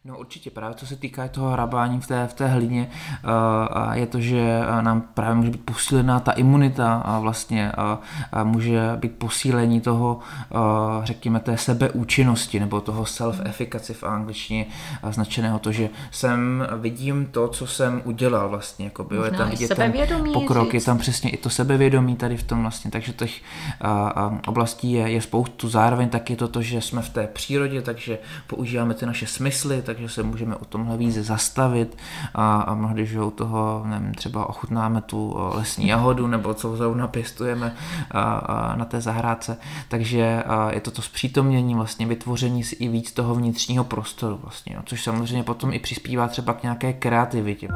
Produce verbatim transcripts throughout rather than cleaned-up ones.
No určitě, právě co se týká toho hrabání v té, v té hlině, uh, je to, že nám právě může být posílená ta imunita a vlastně uh, může být posílení toho, uh, řekněme, té sebeúčinnosti nebo toho self-efficacy v angličtině značeného to, že jsem vidím to, co jsem udělal vlastně, jakoby, je tam vidět ten pokrok, je tam přesně i to sebevědomí tady v tom vlastně, takže těch uh, uh, oblastí je, je spoustu, zároveň taky to, to, že jsme v té přírodě, takže používáme ty naše smysly, takže se můžeme o tomhle více zastavit a, a mnohdy, že u toho nevím, třeba ochutnáme tu lesní jahodu nebo co zrovna pěstujeme a, a na té zahrádce, takže a je to to zpřítomnění, vlastně vytvoření si i víc toho vnitřního prostoru vlastně, no, což samozřejmě potom i přispívá třeba k nějaké kreativitě.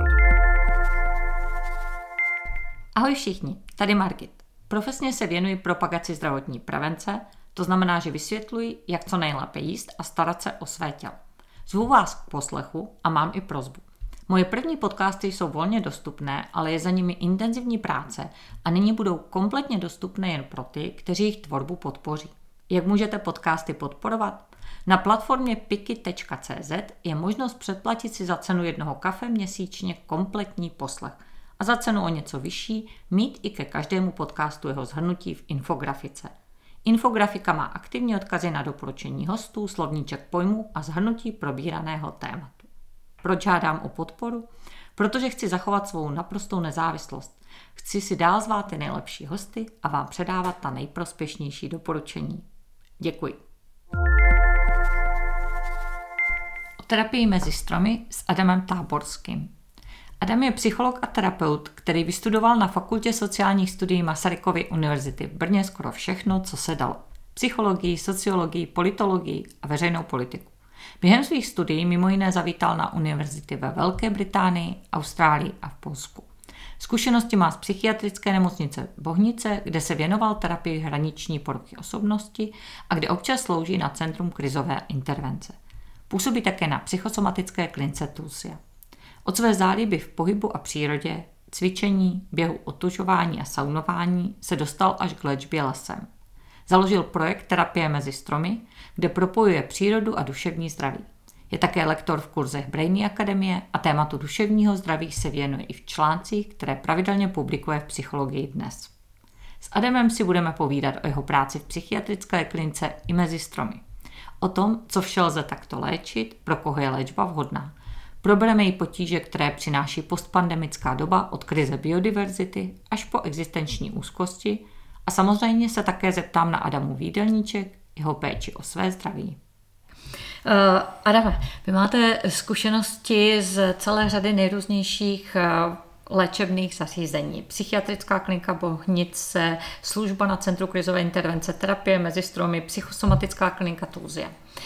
Ahoj všichni, tady Margit. Profesně se věnuji propagaci zdravotní prevence, to znamená, že vysvětluji, jak co nejlépe jíst a starat se o své tělo. Zvu vás k poslechu a mám i prosbu. Moje první podcasty jsou volně dostupné, ale je za nimi intenzivní práce a nyní budou kompletně dostupné jen pro ty, kteří jejich tvorbu podpoří. Jak můžete podcasty podporovat? Na platformě piky tečka cé zet je možnost předplatit si za cenu jednoho kafe měsíčně kompletní poslech a za cenu o něco vyšší mít i ke každému podcastu jeho shrnutí v infografice. Infografika má aktivní odkazy na doporučení hostů, slovníček pojmů a shrnutí probíraného tématu. Proč žádám o podporu? Protože chci zachovat svou naprostou nezávislost. Chci si dál zvát ty nejlepší hosty a vám předávat ta nejprospěšnější doporučení. Děkuji. O terapii mezi stromy s Adamem Táborským. Adam je psycholog a terapeut, který vystudoval na Fakultě sociálních studií Masarykovy univerzity v Brně skoro všechno, co se dalo. Psychologii, sociologii, politologii a veřejnou politiku. Během svých studií mimo jiné zavítal na univerzity ve Velké Británii, Austrálii a v Polsku. Zkušenosti má z psychiatrické nemocnice Bohnice, kde se věnoval terapii hraniční poruchy osobnosti a kde občas slouží na Centrum krizové intervence. Působí také na psychosomatické klinice Tulsia. Od své záliby v pohybu a přírodě, cvičení, běhu, otužování a saunování se dostal až k léčbě lesem. Založil projekt Terapie mezi stromy, kde propojuje přírodu a duševní zdraví. Je také lektor v kurzech Brainy Akademie a tématu duševního zdraví se věnuje i v článcích, které pravidelně publikuje v Psychologii dnes. S Adamem si budeme povídat o jeho práci v psychiatrické klinice i mezi stromy. O tom, co vše lze takto léčit, pro koho je léčba vhodná. Probereme i potíže, které přináší postpandemická doba od krize biodiverzity až po existenční úzkosti a samozřejmě se také zeptám na Adamův jídelníček, jeho péči o své zdraví. Uh, Adame, vy máte zkušenosti z celé řady nejrůznějších uh, léčebných zařízení. Psychiatrická klinika Bohnice, služba na Centru krizové intervence, terapie mezi stromy, psychosomatická klinika Tulsia.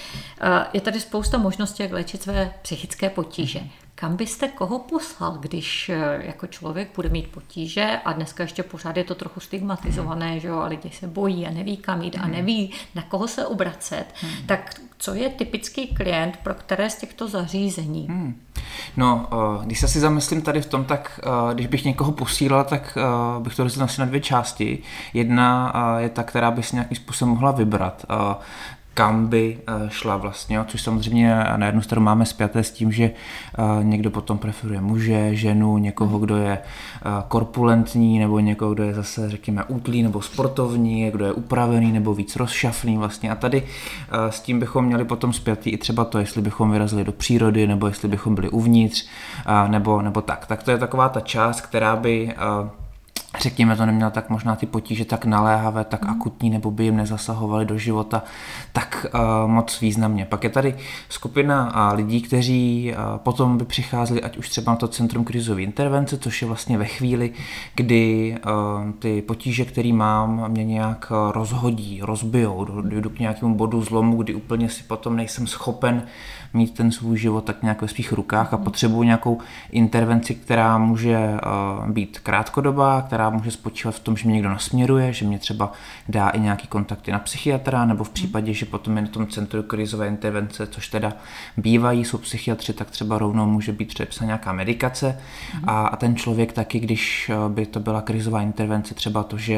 Je tady spousta možností, jak léčit své psychické potíže. Kam byste koho poslal, když jako člověk bude mít potíže a dneska ještě pořád je to trochu stigmatizované, že jo, a lidi se bojí a neví kam jít a neví, na koho se obracet. Hmm. Tak co je typický klient pro které z těchto zařízení? Hmm. No, když se si zamyslím tady v tom, tak když bych někoho posílal, tak bych to rozdělil asi na dvě části. Jedna je ta, která by si nějakým způsobem mohla vybrat, kam by šla vlastně, což samozřejmě na jednu stranu máme spjaté s tím, že někdo potom preferuje muže, ženu, někoho, kdo je korpulentní, nebo někoho, kdo je zase, řekněme, útlý nebo sportovní, kdo je upravený nebo víc rozšafný vlastně. A tady s tím bychom měli potom spjatý i třeba to, jestli bychom vyrazili do přírody, nebo jestli bychom byli uvnitř, nebo, nebo tak. Tak to je taková ta část, která by řekněme, to neměla tak možná ty potíže tak naléhavé, tak akutní, nebo by jim nezasahovaly do života tak uh, moc významně. Pak je tady skupina uh, lidí, kteří uh, potom by přicházeli ať už třeba na to Centrum krizové intervence, což je vlastně ve chvíli, kdy uh, ty potíže, které mám, mě nějak rozhodí, rozbijou, dojdu k nějakému bodu zlomu, kdy úplně si potom nejsem schopen mít ten svůj život tak nějak ve svých rukách a potřebuji nějakou intervenci, která může uh, být krátkodobá, která může spočívat v tom, že mě někdo nasměruje, že mě třeba dá i nějaký kontakty na psychiatra, nebo v případě, že potom je na tom centru krizové intervence, což teda bývají, jsou psychiatři, tak třeba rovnou může být předepsána nějaká medikace mm. a, a ten člověk taky, když by to byla krizová intervence, třeba to, že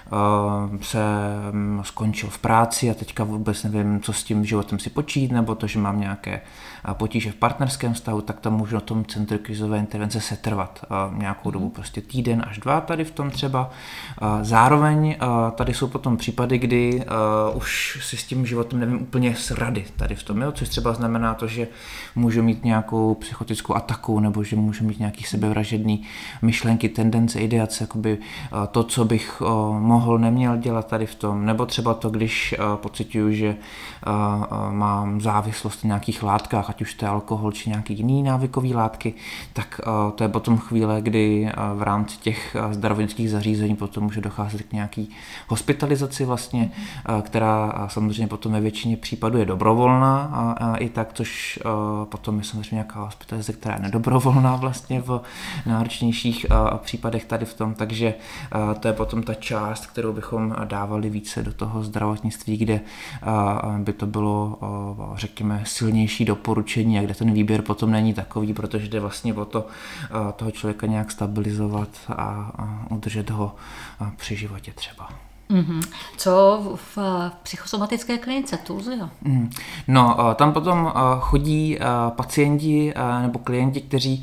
uh, se um, skončil v práci a teďka vůbec nevím, co s tím životem si počít, nebo to, že mám nějaké uh, potíže v partnerském vztahu, tak tam můžu na tom centru krizové intervence setrvat uh, nějakou dobu, prostě týden až dva tady v tom třeba. Uh, zároveň uh, tady jsou potom případy, kdy uh, už si s tím životem nevím úplně s rady tady v tom, jo? Což třeba znamená to, že můžu mít nějakou psychotickou ataku, nebo že můžu mít nějaký sebevražedný myšlenky, tendence, ideace, jakoby uh, to, co bych uh, mohl, neměl dělat tady v tom, nebo třeba to, když uh, pociťuju, že uh, uh, mám závislost na nějakých látkách, ať už to je alkohol, či nějaký jiný návykový látky, tak uh, to je potom chvíle, kdy uh, v rámci těch uh, zdravotnických zařízení potom může docházet k nějaký hospitalizaci vlastně, uh, která uh, samozřejmě potom ve většině případů je dobrovolná a, a i tak, což uh, potom je samozřejmě nějaká hospitalizace, která je nedobrovolná vlastně v náročnějších uh, případech tady v tom, takže uh, to je potom ta část, kterou bychom dávali více do toho zdravotnictví, kde uh, by to bylo, uh, řekněme, silnější doporučení a kde ten výběr potom není takový, protože jde vlastně o to uh, toho člověka nějak stabilizovat a, a udržet ho uh, při životě třeba. Mm-hmm. Co v psychosomatické klinice Tulzia? Mm. No, tam potom chodí pacienti nebo klienti, kteří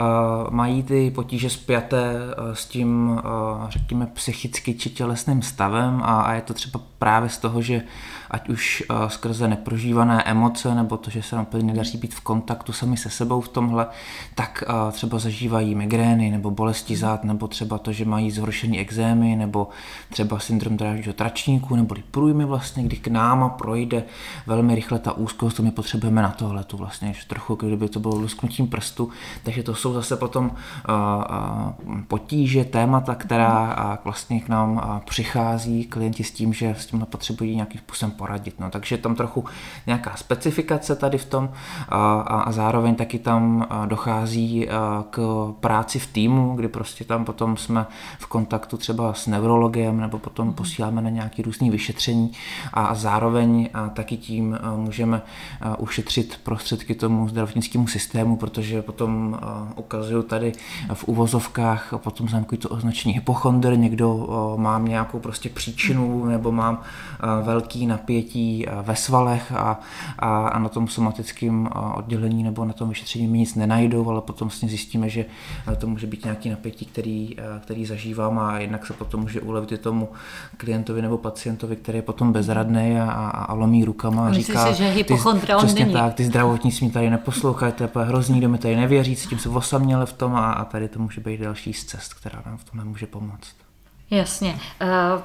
mají ty potíže spjaté s tím, řekněme, psychicky či tělesným stavem a je to třeba právě z toho, že ať už skrze neprožívané emoce nebo to, že se nám úplně nedaří být v kontaktu sami se sebou v tomhle, tak třeba zažívají migrény nebo bolesti zad, nebo třeba to, že mají zhoršený ekzémy, nebo třeba syndrom dráždícího tračníku, nebo průjmy vlastně, kdy k náma projde velmi rychle ta úzkost, to my potřebujeme na tohletu vlastně, že trochu, kdyby to bylo lusknutím prstu, takže to jsou zase potom uh, uh, potíže, témata, která uh, vlastně k nám uh, přichází klienti s tím, že s tímhle potřebují nějakým způsobem poradit. No, takže tam trochu nějaká specifikace tady v tom a, a zároveň taky tam dochází k práci v týmu, kdy prostě tam potom jsme v kontaktu třeba s neurologem nebo potom posíláme na nějaké různé vyšetření a zároveň taky tím můžeme ušetřit prostředky tomu zdravotnickému systému, protože potom ukazuju tady v uvozovkách potom znám to označení hypochondr, někdo má nějakou prostě příčinu nebo mám velký napětí ve svalech a, a, a na tom somatickém oddělení nebo na tom vyšetření mi nic nenajdou, ale potom vlastně zjistíme, že to může být nějaký napětí, který, který zažívám a jednak se potom může ulevit i tomu klientovi nebo pacientovi, který je potom bezradný a, a, a lomí rukama a Myslíš říká, si, že hypochondra on přesně není. Tak, ty zdravotnictví mi tady neposlouchají, to je hrozný, kdo mi tady nevěří, s tím se osaměli v tom a, a tady to může být další z cest, která nám v tom může pomoct. Jasně. Uh...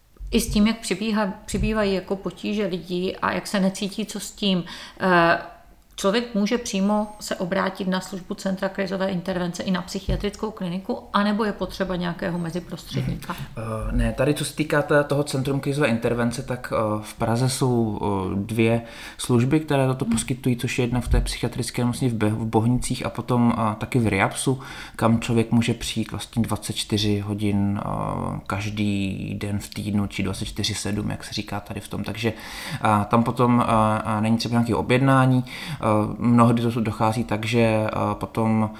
I s tím, jak přibíhá, přibývají jako potíže lidí a jak se necítí, co s tím. Člověk může přímo se obrátit na službu Centra krizové intervence i na psychiatrickou kliniku, anebo je potřeba nějakého meziprostředníka? Uh, ne, tady co se týká toho Centrum krizové intervence, tak uh, v Praze jsou uh, dvě služby, které toto hmm. poskytují, což je jedna v té psychiatrické nemocnici v, v Bohnicích a potom uh, taky v Riapsu, kam člověk může přijít vlastně dvacet čtyři hodin uh, každý den v týdnu, či dvacet čtyři sedm, jak se říká tady v tom. Takže uh, tam potom uh, není třeba nějaké objednání. Uh, Mnohdy to dochází tak, že potom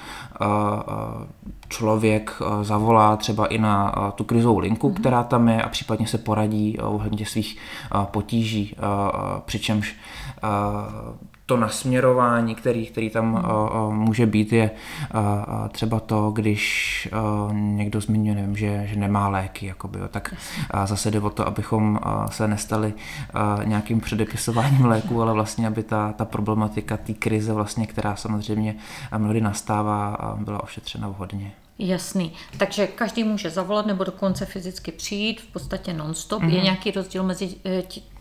člověk zavolá třeba i na tu krizovou linku, která tam je a případně se poradí ohledně svých potíží, přičemž to nasměrování, který, který tam uh, může být, je uh, třeba to, když uh, někdo zmiňuje, nevím, že, že nemá léky, jakoby, jo, tak uh, zase jde o to, abychom uh, se nestali uh, nějakým předepisováním léků, ale vlastně, aby ta, ta problematika té krize, vlastně, která samozřejmě mnohdy nastává, uh, byla ošetřena vhodně. Jasný. Takže každý může zavolat nebo dokonce fyzicky přijít, v podstatě non-stop. Mm-hmm. Je nějaký rozdíl mezi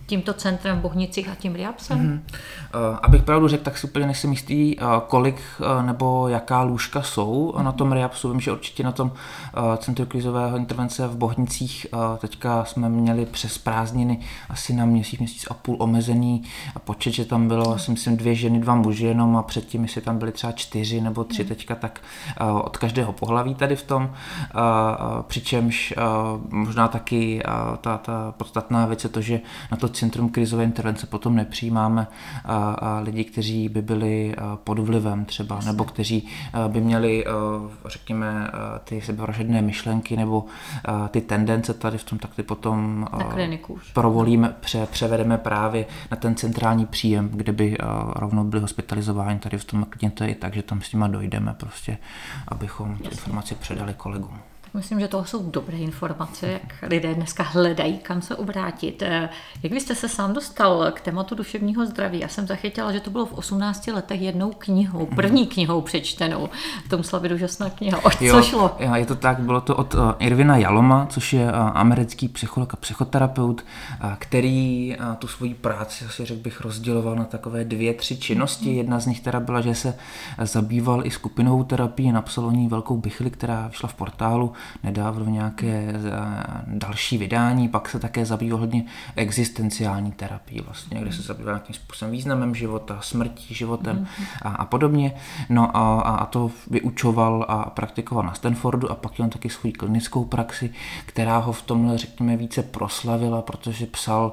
tímto centrem v Bohnicích a tím Riabsem? Mm-hmm. Uh, abych pravdu řekl, tak si úplně nejsem jistý, uh, kolik uh, nebo jaká lůžka jsou mm-hmm. na tom Riabsu. Vím, že určitě na tom uh, centru krizového intervence v Bohnicích uh, teďka jsme měli přes prázdniny asi na měsíc, měsíc a půl omezený počet, že tam bylo asi myslím dvě ženy, dva muži jenom a předtím, jestli tam byly třeba čtyři nebo tři mm. teďka, tak uh, od každého pohlaví tady v tom. Uh, uh, přičemž uh, možná taky uh, ta, ta podstatná věc je to, že na to centrum krizové intervence potom nepřijímáme uh, uh, lidi, kteří by byli uh, pod vlivem třeba, Jasně. nebo kteří uh, by měli, uh, řekněme, uh, ty sebevražedné myšlenky nebo uh, ty tendence tady v tom, tak ty potom uh, provolíme, pře, převedeme právě na ten centrální příjem, kde by uh, rovnou byli hospitalizováni tady v tom, klidně to je i tak, že tam s nima dojdeme prostě, abychom ty informace předali kolegům. Myslím, že to jsou dobré informace, jak lidé dneska hledají, kam se obrátit. Jak vy jste se sám dostal k tématu duševního zdraví? Já jsem zachytila, že to bylo v osmnácti letech jednou knihou, první knihou přečtenou. Tom Slavit úžasná kniha. O co šlo? Jo, je to tak, bylo to od uh, Irvina Jaloma, což je uh, americký psycholog a psychoterapeut, uh, který uh, tu svoji práci, asi řekl bych, rozděloval na takové dvě, tři činnosti. Jedna z nich teda byla, že se zabýval i skupinovou terapií, napsal o ní velkou bichli, která vyšla v Portálu nedávno nějaké další vydání, pak se také zabýval hodně existenciální terapií vlastně, kde se zabýval nějakým způsobem významem života, smrtí, životem a, a podobně. No a, a to vyučoval a praktikoval na Stanfordu a pak měl taky svou klinickou praxi, která ho v tomhle, řekněme, více proslavila, protože psal,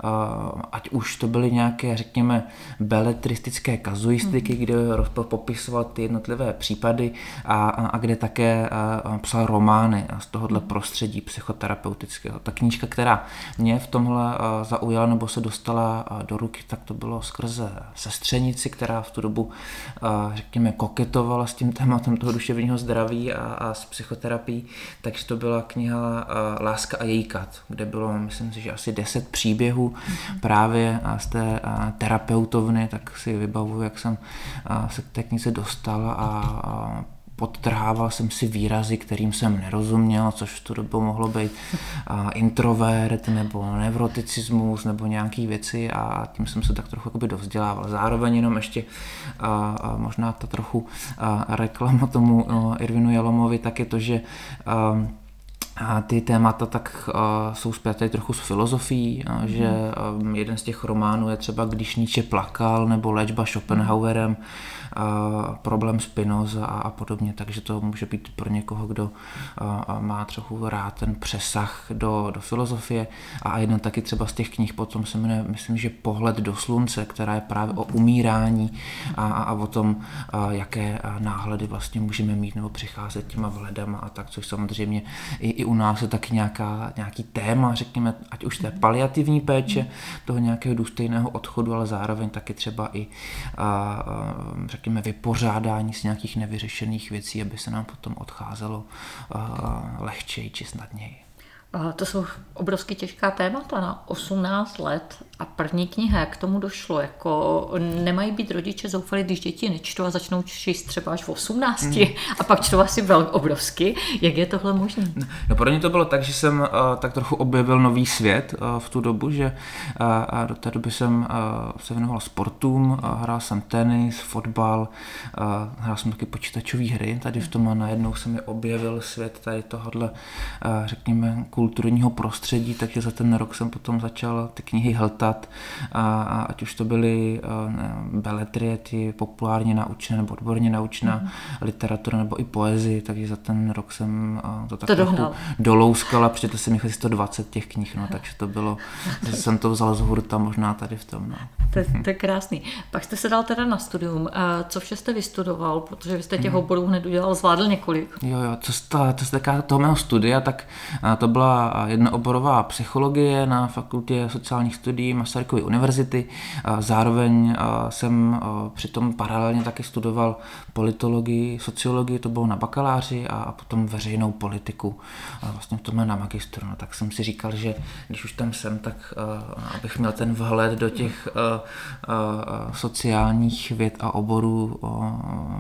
ať už to byly nějaké, řekněme, beletristické kazuistiky, mm. kde popisoval ty jednotlivé případy a, a kde také psal román z tohohle prostředí psychoterapeutického. Ta knížka, která mě v tomhle zaujala nebo se dostala do ruky, tak to bylo skrze sestřenici, která v tu dobu, řekněme, koketovala s tím tématem toho duševního zdraví a, a s psychoterapií, takže to byla kniha Láska a její kat, kde bylo, myslím si, že asi deset příběhů právě z té terapeutovny, tak si vybavuju, jak jsem se k té knize dostal a, a podtrhával jsem si výrazy, kterým jsem nerozuměl, což v tu dobu mohlo být uh, introvert nebo nevroticismus nebo nějaký věci a tím jsem se tak trochu jakoby dovzdělával. Zároveň jenom ještě uh, uh, možná ta trochu uh, reklama tomu uh, Irvinu Jalomovi, tak je to, že uh, a ty témata tak uh, jsou zpěté trochu s filozofií, uh, mm. že um, jeden z těch románů je třeba Když Nietzsche plakal nebo Léčba Schopenhauerem, uh, problém Spinoza a, a podobně, takže to může být pro někoho, kdo uh, má trochu rád ten přesah do, do filozofie a jedna taky třeba z těch knih potom se jmenuje, myslím, že Pohled do slunce, která je právě o umírání a, a, a o tom, uh, jaké náhledy vlastně můžeme mít nebo přicházet těma vhledama a tak, což samozřejmě i, i u nás je taky nějaká, nějaký téma, řekněme, ať už té paliativní péče, toho nějakého důstojného odchodu, ale zároveň taky třeba i a, a, řekněme vypořádání z nějakých nevyřešených věcí, aby se nám potom odcházelo a, lehčeji či snadněji. To jsou obrovsky těžká témata na osmnáct let a první kniha, jak k tomu došlo, jako nemají být rodiče zoufalí, když děti nečtou a začnou číst třeba až v osmnácti mm. a pak čtou asi velk obrovsky. Jak je tohle možné? No pro mě to bylo tak, že jsem uh, tak trochu objevil nový svět uh, v tu dobu, že uh, a do té doby jsem uh, se věnoval sportům, uh, hrál jsem tenis, fotbal, uh, hrál jsem taky počítačové hry, tady v tom a najednou jsem je objevil svět tady tohohle, uh, řekněme, kulturního prostředí, takže za ten rok jsem potom začal ty knihy hltat, a, a ať už to byly uh, beletrie, ty populárně naučené nebo odborně naučená mm. literatura nebo i poezii, takže za ten rok jsem uh, to tak to trochu dolouskal a přečetl jsem jich asi sto dvacet těch knih, no, takže to bylo, že jsem to vzal z hurta možná tady v tom. No. To, to je krásný. Pak jste se dal teda na studium. Co vše jste vystudoval, protože vy jste těch mm. oborů hned udělal, zvládl několik. Jo, jo, co se týká toho mého studia, tak to byla jednooborová psychologie na fakultě sociálních studií Masarykovy univerzity. Zároveň jsem přitom paralelně taky studoval politologii, sociologii, to bylo na bakaláři a potom veřejnou politiku. Vlastně to na magistru. No, tak jsem si říkal, že když už tam jsem, tak abych měl ten vhled do těch sociálních věd a oborů,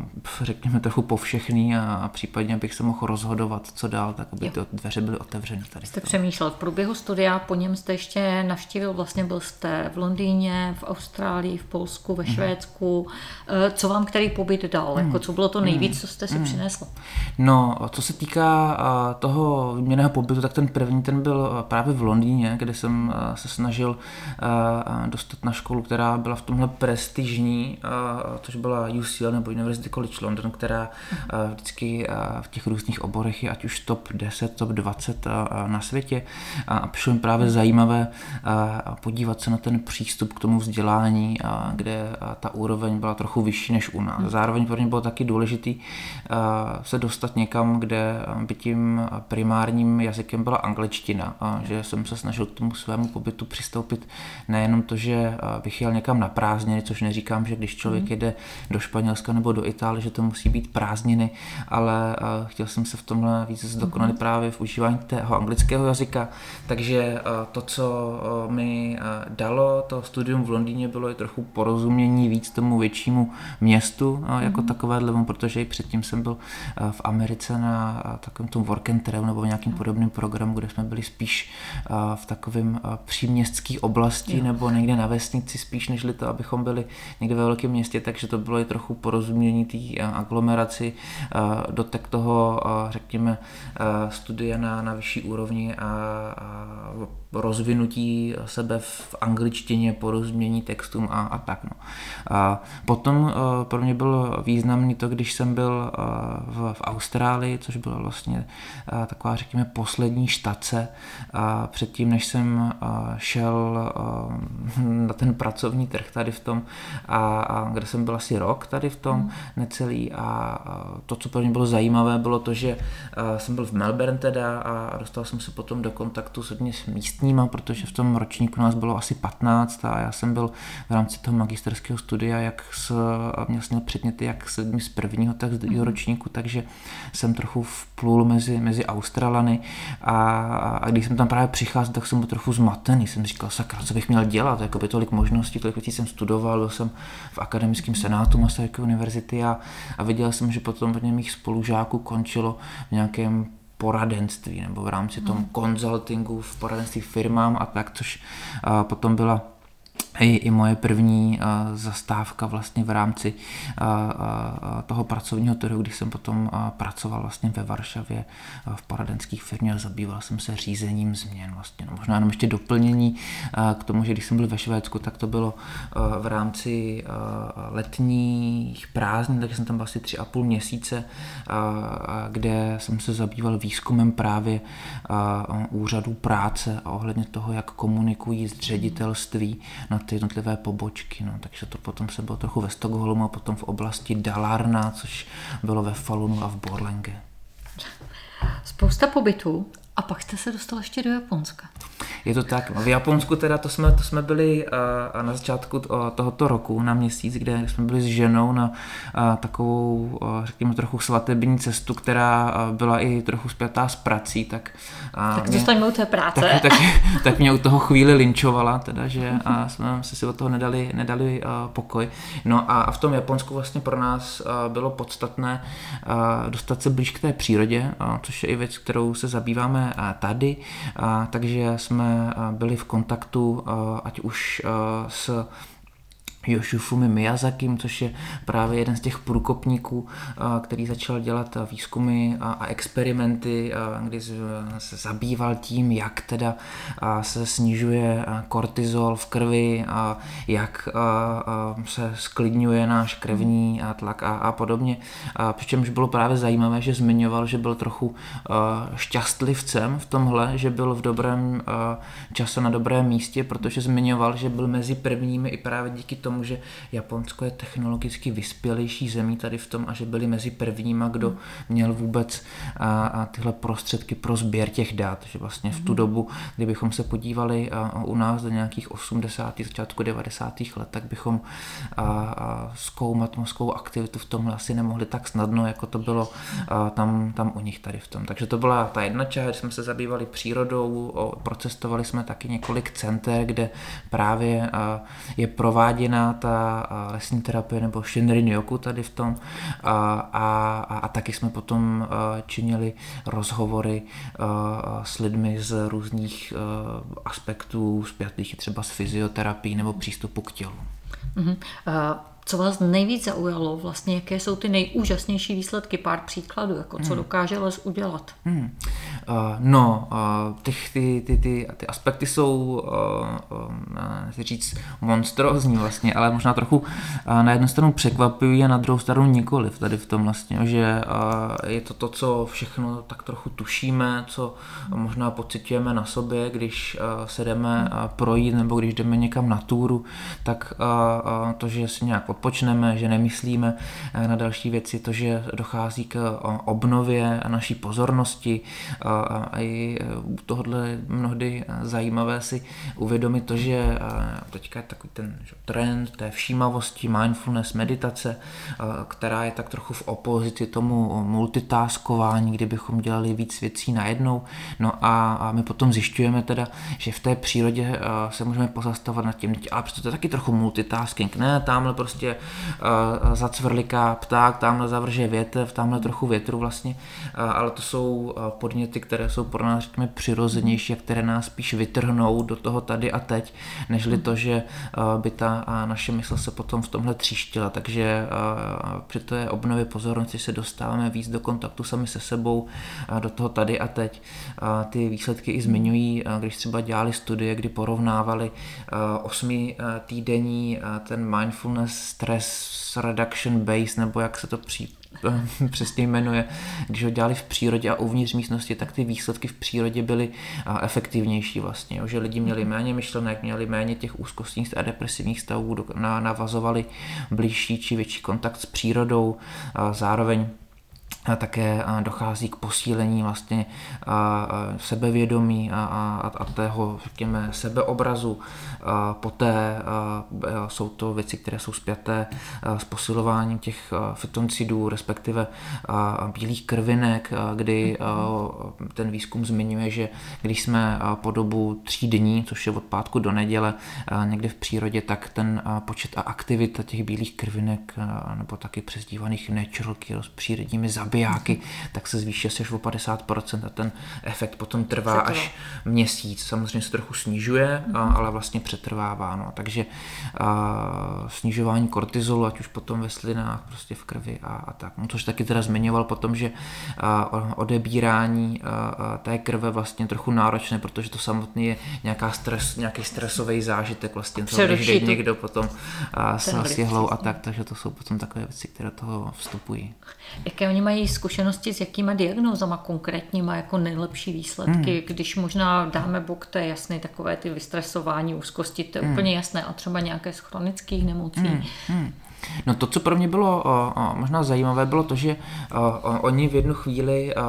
řekněme trochu povšechný a případně abych se mohl rozhodovat, co dál, tak aby ty dveře byly otevřeny. tady. Jste přemýšlel v průběhu studia, po něm jste ještě navštívil, vlastně byl jste v Londýně, v Austrálii, v Polsku, ve Švédsku. Co vám který pobyt dal? Mm. Jako, co bylo to nejvíc, co jste si mm. přinesl? No, co se týká toho výměnného pobytu, tak ten první, ten byl právě v Londýně, kde jsem se snažil dostat na školu, která byla v tomhle prestižní, což byla U C L nebo University College London, která vždycky v těch různých oborech je ať už top deset, top dvacet na světě, a přišlo mi právě zajímavé podívat se na ten přístup k tomu vzdělání, kde ta úroveň byla trochu vyšší než u nás. Zároveň pro mě bylo taky důležitý se dostat někam, kde by tím primárním jazykem byla angličtina, a že jsem se snažil k tomu svému pobytu přistoupit nejenom to, že bych jel někam na prázdniny, což neříkám, že když člověk jede do Španělska nebo do Itálie, že to musí být prázdniny, ale chtěl jsem se v tomhle víc zdokonalit právě v užívání toho anglického jazyka, takže to, co mi dalo to studium v Londýně, bylo i trochu porozumění víc tomu většímu městu jako mm. takovéhle, protože i předtím jsem byl v Americe na takovém tom work and travel nebo nějakým podobným programu, kde jsme byli spíš v takovém příměstské oblasti jo. nebo někde na vesnici spíš, nežli to, abychom byli někde ve velkém městě, takže to bylo i trochu porozumění té aglomeraci, dotek toho, řekněme, studia na, na vyšší úrovni a, a rozvinutí sebe v angličtině, porozumění textům a, a tak. No. A potom pro mě bylo významný to, když jsem byl v, v Austrálii, což byla vlastně taková, řekněme, poslední štace a předtím, než jsem šel na ten pracovní trh tady v tom, a, a kde jsem byl asi rok tady v tom, mm. necelý, a to, co pro mě bylo zajímavé, bylo to, že jsem byl v Melbourne teda a dostal jsem se potom do kontaktu s hodně s místníma, protože v tom ročníku nás bylo asi patnáct a já jsem byl v rámci toho magisterského studia, jak s, měl jsem předměty jak s lidmi z prvního, tak z druhého ročníku, takže jsem trochu vplul mezi, mezi Australany a, a když jsem tam právě přicházel, tak jsem byl trochu zmatený. Jsem říkal, sakra, co bych měl dělat, jakoby tolik možností, tolik věcí jsem studoval, byl jsem v akademickém senátu Masarykovy univerzity a, a viděl jsem, že potom hodně mých spolužáků končilo v nějakém poradenství nebo v rámci tom konzultingu v poradenství firmám a tak, což a potom byla I, i moje první uh, zastávka vlastně v rámci uh, uh, toho pracovního trhu, když jsem potom uh, pracoval vlastně ve Varšavě uh, v poradenských firmě a zabýval jsem se řízením změn vlastně. No, možná jenom ještě doplnění uh, k tomu, že když jsem byl ve Švédsku, tak to bylo uh, v rámci uh, letních prázdnin, takže jsem tam byl asi tři a půl měsíce, uh, kde jsem se zabýval výzkumem právě uh, úřadů práce a ohledně toho, jak komunikují z ředitelství na ty jednotlivé pobočky, no, takže to potom se bylo trochu ve Stockholmu a potom v oblasti Dalarna, což bylo ve Falunu a v Borlänge. Spousta pobytů a pak jste se dostal ještě do Japonska. Je to tak. V Japonsku teda to jsme, to jsme byli uh, na začátku tohoto roku na měsíc, kde jsme byli s ženou na uh, takovou, uh, řekněme, trochu svatební cestu, která uh, byla i trochu spjatá s prací. Tak, uh, tak zůstaňme u té práce. Tak, tak, tak mě u toho chvíli linčovala, teda, že uh, jsme si od toho nedali, nedali uh, pokoj. No a, a v tom Japonsku vlastně pro nás uh, bylo podstatné uh, dostat se blíž k té přírodě, uh, což je i věc, kterou se zabýváme uh, tady, uh, takže jsme byli v kontaktu ať už s Yoshifumi Miyazakim, což je právě jeden z těch průkopníků, který začal dělat výzkumy a experimenty, kdy se zabýval tím, jak teda se snižuje kortizol v krvi a jak se sklidňuje náš krevní tlak a, a podobně. Přičemž bylo právě zajímavé, že zmiňoval, že byl trochu šťastlivcem v tomhle, že byl v dobrém čase na dobrém místě, protože zmiňoval, že byl mezi prvními i právě díky tomu, že Japonsko je technologicky vyspělejší zemí tady v tom a že byli mezi prvníma, kdo měl vůbec a, a tyhle prostředky pro sběr těch dat, že vlastně v tu dobu, kdybychom se podívali a, a u nás do nějakých osmdesátých začátku devadesátých let, tak bychom a, a zkoumat mozkovou aktivitu v tomhle asi nemohli tak snadno, jako to bylo a, tam, tam u nich tady v tom. Takže to byla ta jedna část, že jsme se zabývali přírodou, o, procestovali jsme taky několik center, kde právě a, je prováděna zmíněná ta lesní terapie nebo Shinrin-yoku tady v tom a, a, a taky jsme potom činili rozhovory s lidmi z různých aspektů spjatých třeba s fyzioterapií nebo přístupu k tělu. Mm-hmm. Uh... Co vás nejvíc zaujalo, vlastně, jaké jsou ty nejúžasnější výsledky, pár příkladů, jako co hmm. dokáže les udělat? Hmm. Uh, no, uh, ty, ty, ty, ty, ty aspekty jsou, uh, uh, říct, monstrózní vlastně, ale možná trochu uh, na jednu stranu překvapují a na druhou stranu nikoliv tady v tom vlastně, že uh, je to to, co všechno tak trochu tušíme, co možná pociťujeme na sobě, když uh, se jdeme uh, projít nebo když jdeme někam na túru, tak uh, uh, to, že si nějak odpočneme, že nemyslíme na další věci, to, že dochází k obnově naší pozornosti a i tohle mnohdy zajímavé si uvědomit to, že teďka je takový ten trend té všímavosti, mindfulness, meditace, která je tak trochu v opozici tomu multitaskování, kdybychom dělali víc věcí najednou. No a my potom zjišťujeme teda, že v té přírodě se můžeme pozastavovat nad tím, ale přesto to je taky trochu multitasking, ne, tamhle prostě uh, zacvrliká pták, tamhle zavrže větev, tamhle trochu větru vlastně, uh, ale to jsou uh, podněty, které jsou pro nás, řekněme, přirozenější a které nás spíš vytrhnou do toho tady a teď, nežli to, že uh, by ta uh, naše mysl se potom v tomhle tříštila, takže uh, při té obnově pozornosti se dostáváme víc do kontaktu sami se sebou, uh, do toho tady a teď. Uh, ty výsledky i zmiňují, uh, když třeba dělali studie, kdy porovnávali uh, osmi uh, týdenní uh, ten mindfulness stress reduction base, nebo jak se to při, přesně jmenuje, když ho dělali v přírodě a uvnitř místnosti, tak ty výsledky v přírodě byly efektivnější vlastně, že lidi měli méně myšlenek, měli méně těch úzkostních a depresivních stavů, navazovali blížší či větší kontakt s přírodou, zároveň a také dochází k posílení vlastně sebevědomí a, a, a tého, řekněme, sebeobrazu. A poté a, jsou to věci, které jsou spjaté s posilováním těch fytoncidů, respektive a, bílých krvinek, a, kdy a, ten výzkum zmiňuje, že když jsme a, po dobu tří dní, což je od pátku do neděle, a, někde v přírodě, tak ten a, počet a aktivita těch bílých krvinek, a, nebo taky přezdívaných natural killers, přírodními zabijáky, tak se zvýší až o padesát procent a ten efekt potom trvá až měsíc. Samozřejmě se trochu snižuje, mm. ale vlastně přetrvává. No. Takže a, snižování kortizolu, ať už potom ve slinách, prostě v krvi a, a tak. No, což taky teda zmiňoval potom, že a, odebírání a, a té krve vlastně trochu náročné, protože to samotný je nějaká stres, nějaký stresový zážitek vlastně, to, když jde někdo potom a, s, s jehlou a tak, takže to jsou potom takové věci, které do toho vstupují. Jaké oni mají zkušenosti s jakýma diagnózama konkrétníma jako nejlepší výsledky, hmm. když možná dáme bok, to je jasné, takové ty vystresování, úzkosti, to je hmm. úplně jasné, a třeba nějaké z chronických nemocí. Hmm. Hmm. No to, co pro mě bylo o, o, možná zajímavé, bylo to, že o, o, oni v jednu chvíli o, o,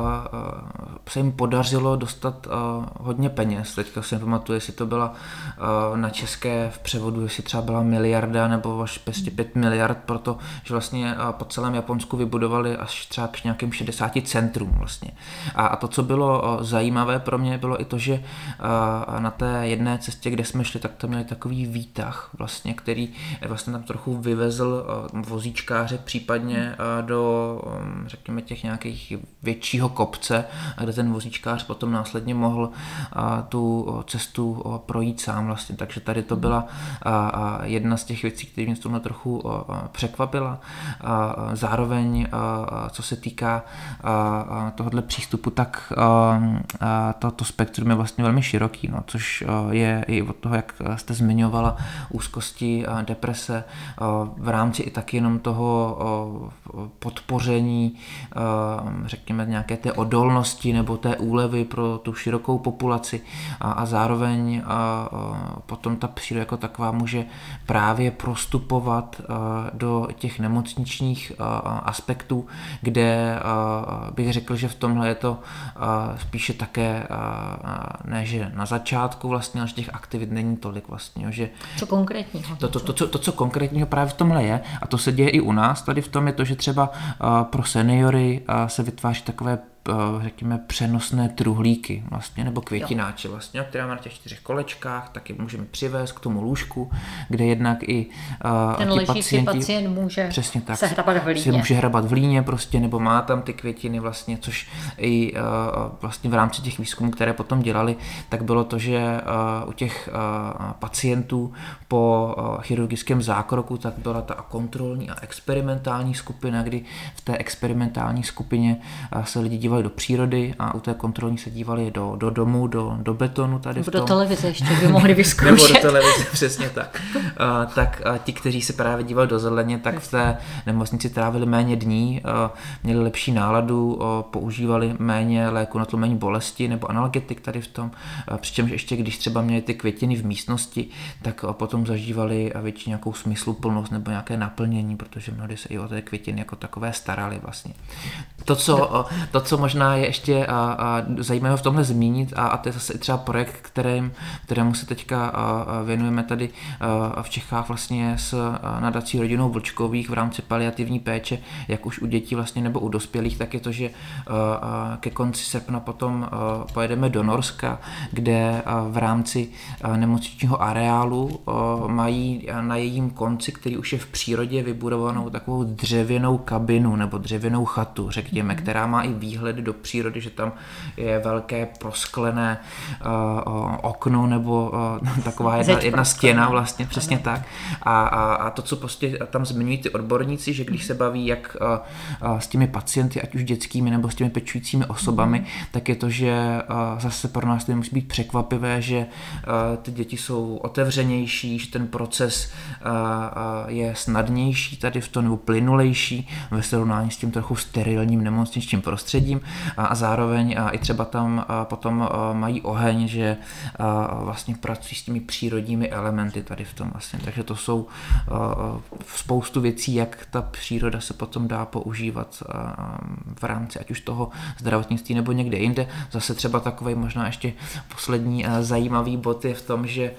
se jim podařilo dostat o, hodně peněz. Teďka si nepamatuju, jestli to byla o, na české v převodu, jestli třeba byla miliarda nebo až pět miliard, protože vlastně o, po celém Japonsku vybudovali až třeba k nějakým šedesáti centrům vlastně. A, a to, co bylo o, zajímavé pro mě, bylo i to, že o, na té jedné cestě, kde jsme šli, tak tam měli takový výtah vlastně, který vlastně tam trochu vyvezl vozíčkáře případně do, řekněme, těch nějakých většího kopce, kde ten vozíčkář potom následně mohl tu cestu projít sám vlastně. Takže tady to byla jedna z těch věcí, která mě v tomhle trochu překvapila. Zároveň, co se týká tohohle přístupu, tak to, to spektrum je vlastně velmi široký, no, což je i od toho, jak jste zmiňovala, úzkosti, deprese, v rámci i taky jenom toho podpoření, řekněme, nějaké té odolnosti nebo té úlevy pro tu širokou populaci a, a zároveň a, potom ta příroda jako taková může právě prostupovat do těch nemocničních aspektů, kde bych řekl, že v tomhle je to spíše také, ne že na začátku vlastně, ale těch aktivit není tolik vlastně. Že co konkrétního? To, to, to, to, to, co konkrétního právě v tomhle je, a to se děje i u nás, tady v tom je to, že třeba pro seniory se vytváří takové řekněme, přenosné truhlíky vlastně, nebo květináče vlastně, které máme na těch čtyřech kolečkách, tak je můžeme přivést k tomu lůžku, kde jednak i ten ti ležící pacienti, pacient může přesně tak, se hrabat v líně. Si může hrabat v líně prostě, nebo má tam ty květiny vlastně, což i vlastně v rámci těch výzkumů, které potom dělali, tak bylo to, že u těch pacientů po chirurgickém zákroku, tak byla ta kontrolní a experimentální skupina, kdy v té experimentální skupině se lidi dívali do přírody a u té kontrolní se dívali do, do domu, do, do betonu tady nebo v tom. do televize ještě by mohli vyzkoušet. Nebo do televize, přesně tak. A, tak a ti, kteří se právě dívali do zeleně, tak v té nemocnici trávili méně dní, a měli lepší náladu, a používali méně léku na tlumení bolesti nebo analgetik tady v tom. A přičemž ještě když třeba měli ty květiny v místnosti, tak potom zažívali většině nějakou smysluplnost nebo nějaké naplnění, protože mnohdy se i o té květiny jako takové starali vlastně. To, co, to, co možná je ještě a, a zajímavé v tomhle zmínit, a, a to je zase i třeba projekt, kterým, kterému se teďka a, a věnujeme tady a, v Čechách vlastně s nadací Rodinou Vlčkových v rámci paliativní péče, jak už u dětí vlastně nebo u dospělých, tak je to, že a, a ke konci srpna potom a, pojedeme do Norska, kde a, v rámci a, nemocničního areálu a, mají na jejím konci, který už je v přírodě, vybudovanou takovou dřevěnou kabinu nebo dřevěnou chatu, řekněme, mm. která má i výhled do přírody, že tam je velké prosklené uh, okno nebo uh, taková jedna, jedna stěna vlastně, přesně tak. A, a, a to, co prostě tam zmiňují ty odborníci, že když se baví jak uh, uh, s těmi pacienty, ať už dětskými nebo s těmi pečujícími osobami, mm. tak je to, že uh, zase pro nás to musí být překvapivé, že uh, ty děti jsou otevřenější, že ten proces uh, uh, je snadnější tady v tom, nebo plynulejší ve srovnání s tím trochu sterilním nemocničním prostředím a, a zároveň a i třeba tam a potom a mají oheň, že a vlastně pracují s těmi přírodními elementy tady v tom vlastně. Takže to jsou a, a spoustu věcí, jak ta příroda se potom dá používat a, v rámci ať už toho zdravotnictví nebo někde jinde. Zase třeba takovej možná ještě poslední a, zajímavý bod je v tom, že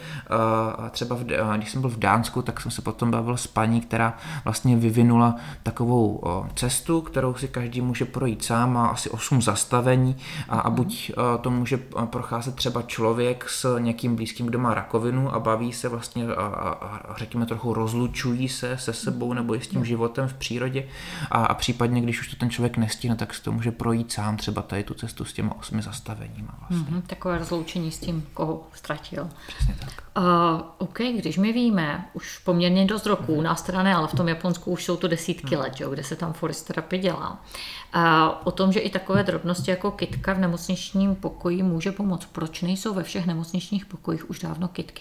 a, třeba v, a, když jsem byl v Dánsku, tak jsem se potom bavil s paní, která vlastně vyvinula takovou o, cestu, kterou si každý může projít sám, má asi osm zastavení a, a buď a, to může procházet třeba člověk s někým blízkým, kdo má rakovinu a baví se vlastně a, a, a řekněme trochu rozlučují se se sebou nebo i s tím životem v přírodě a, a případně, když už to ten člověk nestihne, tak si to může projít sám třeba tady tu cestu s těma osmi zastaveníma vlastně. Mm-hmm, takové rozloučení s tím, koho ztratil. Přesně tak. Uh, OK, když my víme, už poměrně dost roků, mm. nás teda ne, ale v tom Japonsku už jsou to desítky mm. let, jo, kde se tam forest terapie dělá. Uh, o tom, že i takové drobnosti jako kytka v nemocničním pokoji může pomoct. Proč nejsou ve všech nemocničních pokojích už dávno kytky?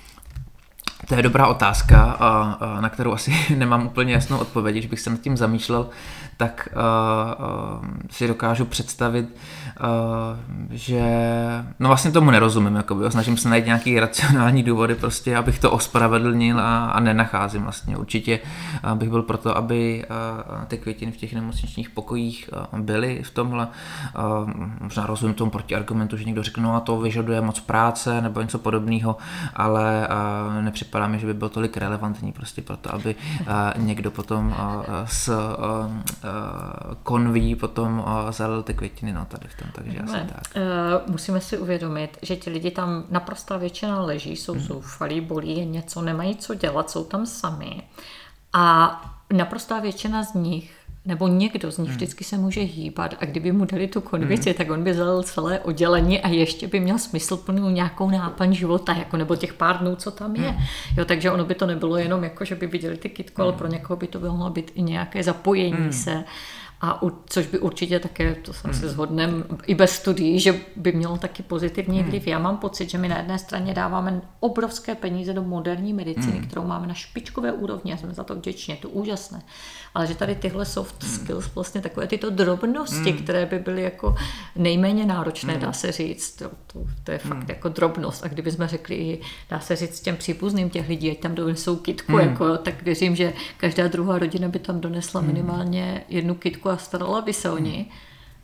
To je dobrá otázka, a, a na kterou asi nemám úplně jasnou odpověď. Když bych se nad tím zamýšlel, tak a, a, si dokážu představit, a, že no vlastně tomu nerozumím, jakoby, snažím se najít nějaký racionální důvody, prostě, abych to ospravedlnil a, a nenacházím vlastně. Určitě bych byl proto, aby a, ty květiny v těch nemocničních pokojích a, byly v tomhle. A, možná rozumím tomu protiargumentu, že někdo řekne, no a to vyžaduje moc práce nebo něco podobného, ale a, nepřipadá Připadá mi, že by bylo tolik relevantní prostě proto, aby uh, někdo potom uh, s uh, uh, konví potom uh, zalil ty květiny, no tady v tom, takže asi tak. Uh, musíme si uvědomit, že ti lidi tam naprostá většina leží, jsou hmm. zoufalí, bolí je něco, nemají co dělat, jsou tam sami a naprostá většina z nich nebo někdo z nich vždycky se může hýbat a kdyby mu dali tu konvici, hmm. tak on by zalil celé oddělení a ještě by měl smysluplnou nějakou náplň života, jako nebo těch pár dnů, co tam je. Hmm. Jo, takže ono by to nebylo jenom jako, že by viděli ty kytku, hmm. ale pro někoho by to mohlo být i nějaké zapojení hmm. se. A u, což by určitě také, to se asi shodneme i bez studií, že by mělo taky pozitivní vliv. Hmm. Já mám pocit, že my na jedné straně dáváme obrovské peníze do moderní medicíny, hmm. kterou máme na špičkové úrovni a jsme za to vděční, je to úžasné. Ale že tady tyhle soft skills, vlastně takové tyto drobnosti, hmm. které by byly jako nejméně náročné, hmm. dá se říct, to, to, to je fakt hmm. jako drobnost. A kdybychom řekli, dá se říct těm příbuzným těch lidí, ať tam donesou kytku, hmm. jako, tak věřím, že každá druhá rodina by tam donesla minimálně jednu kytku a starala by se o ní.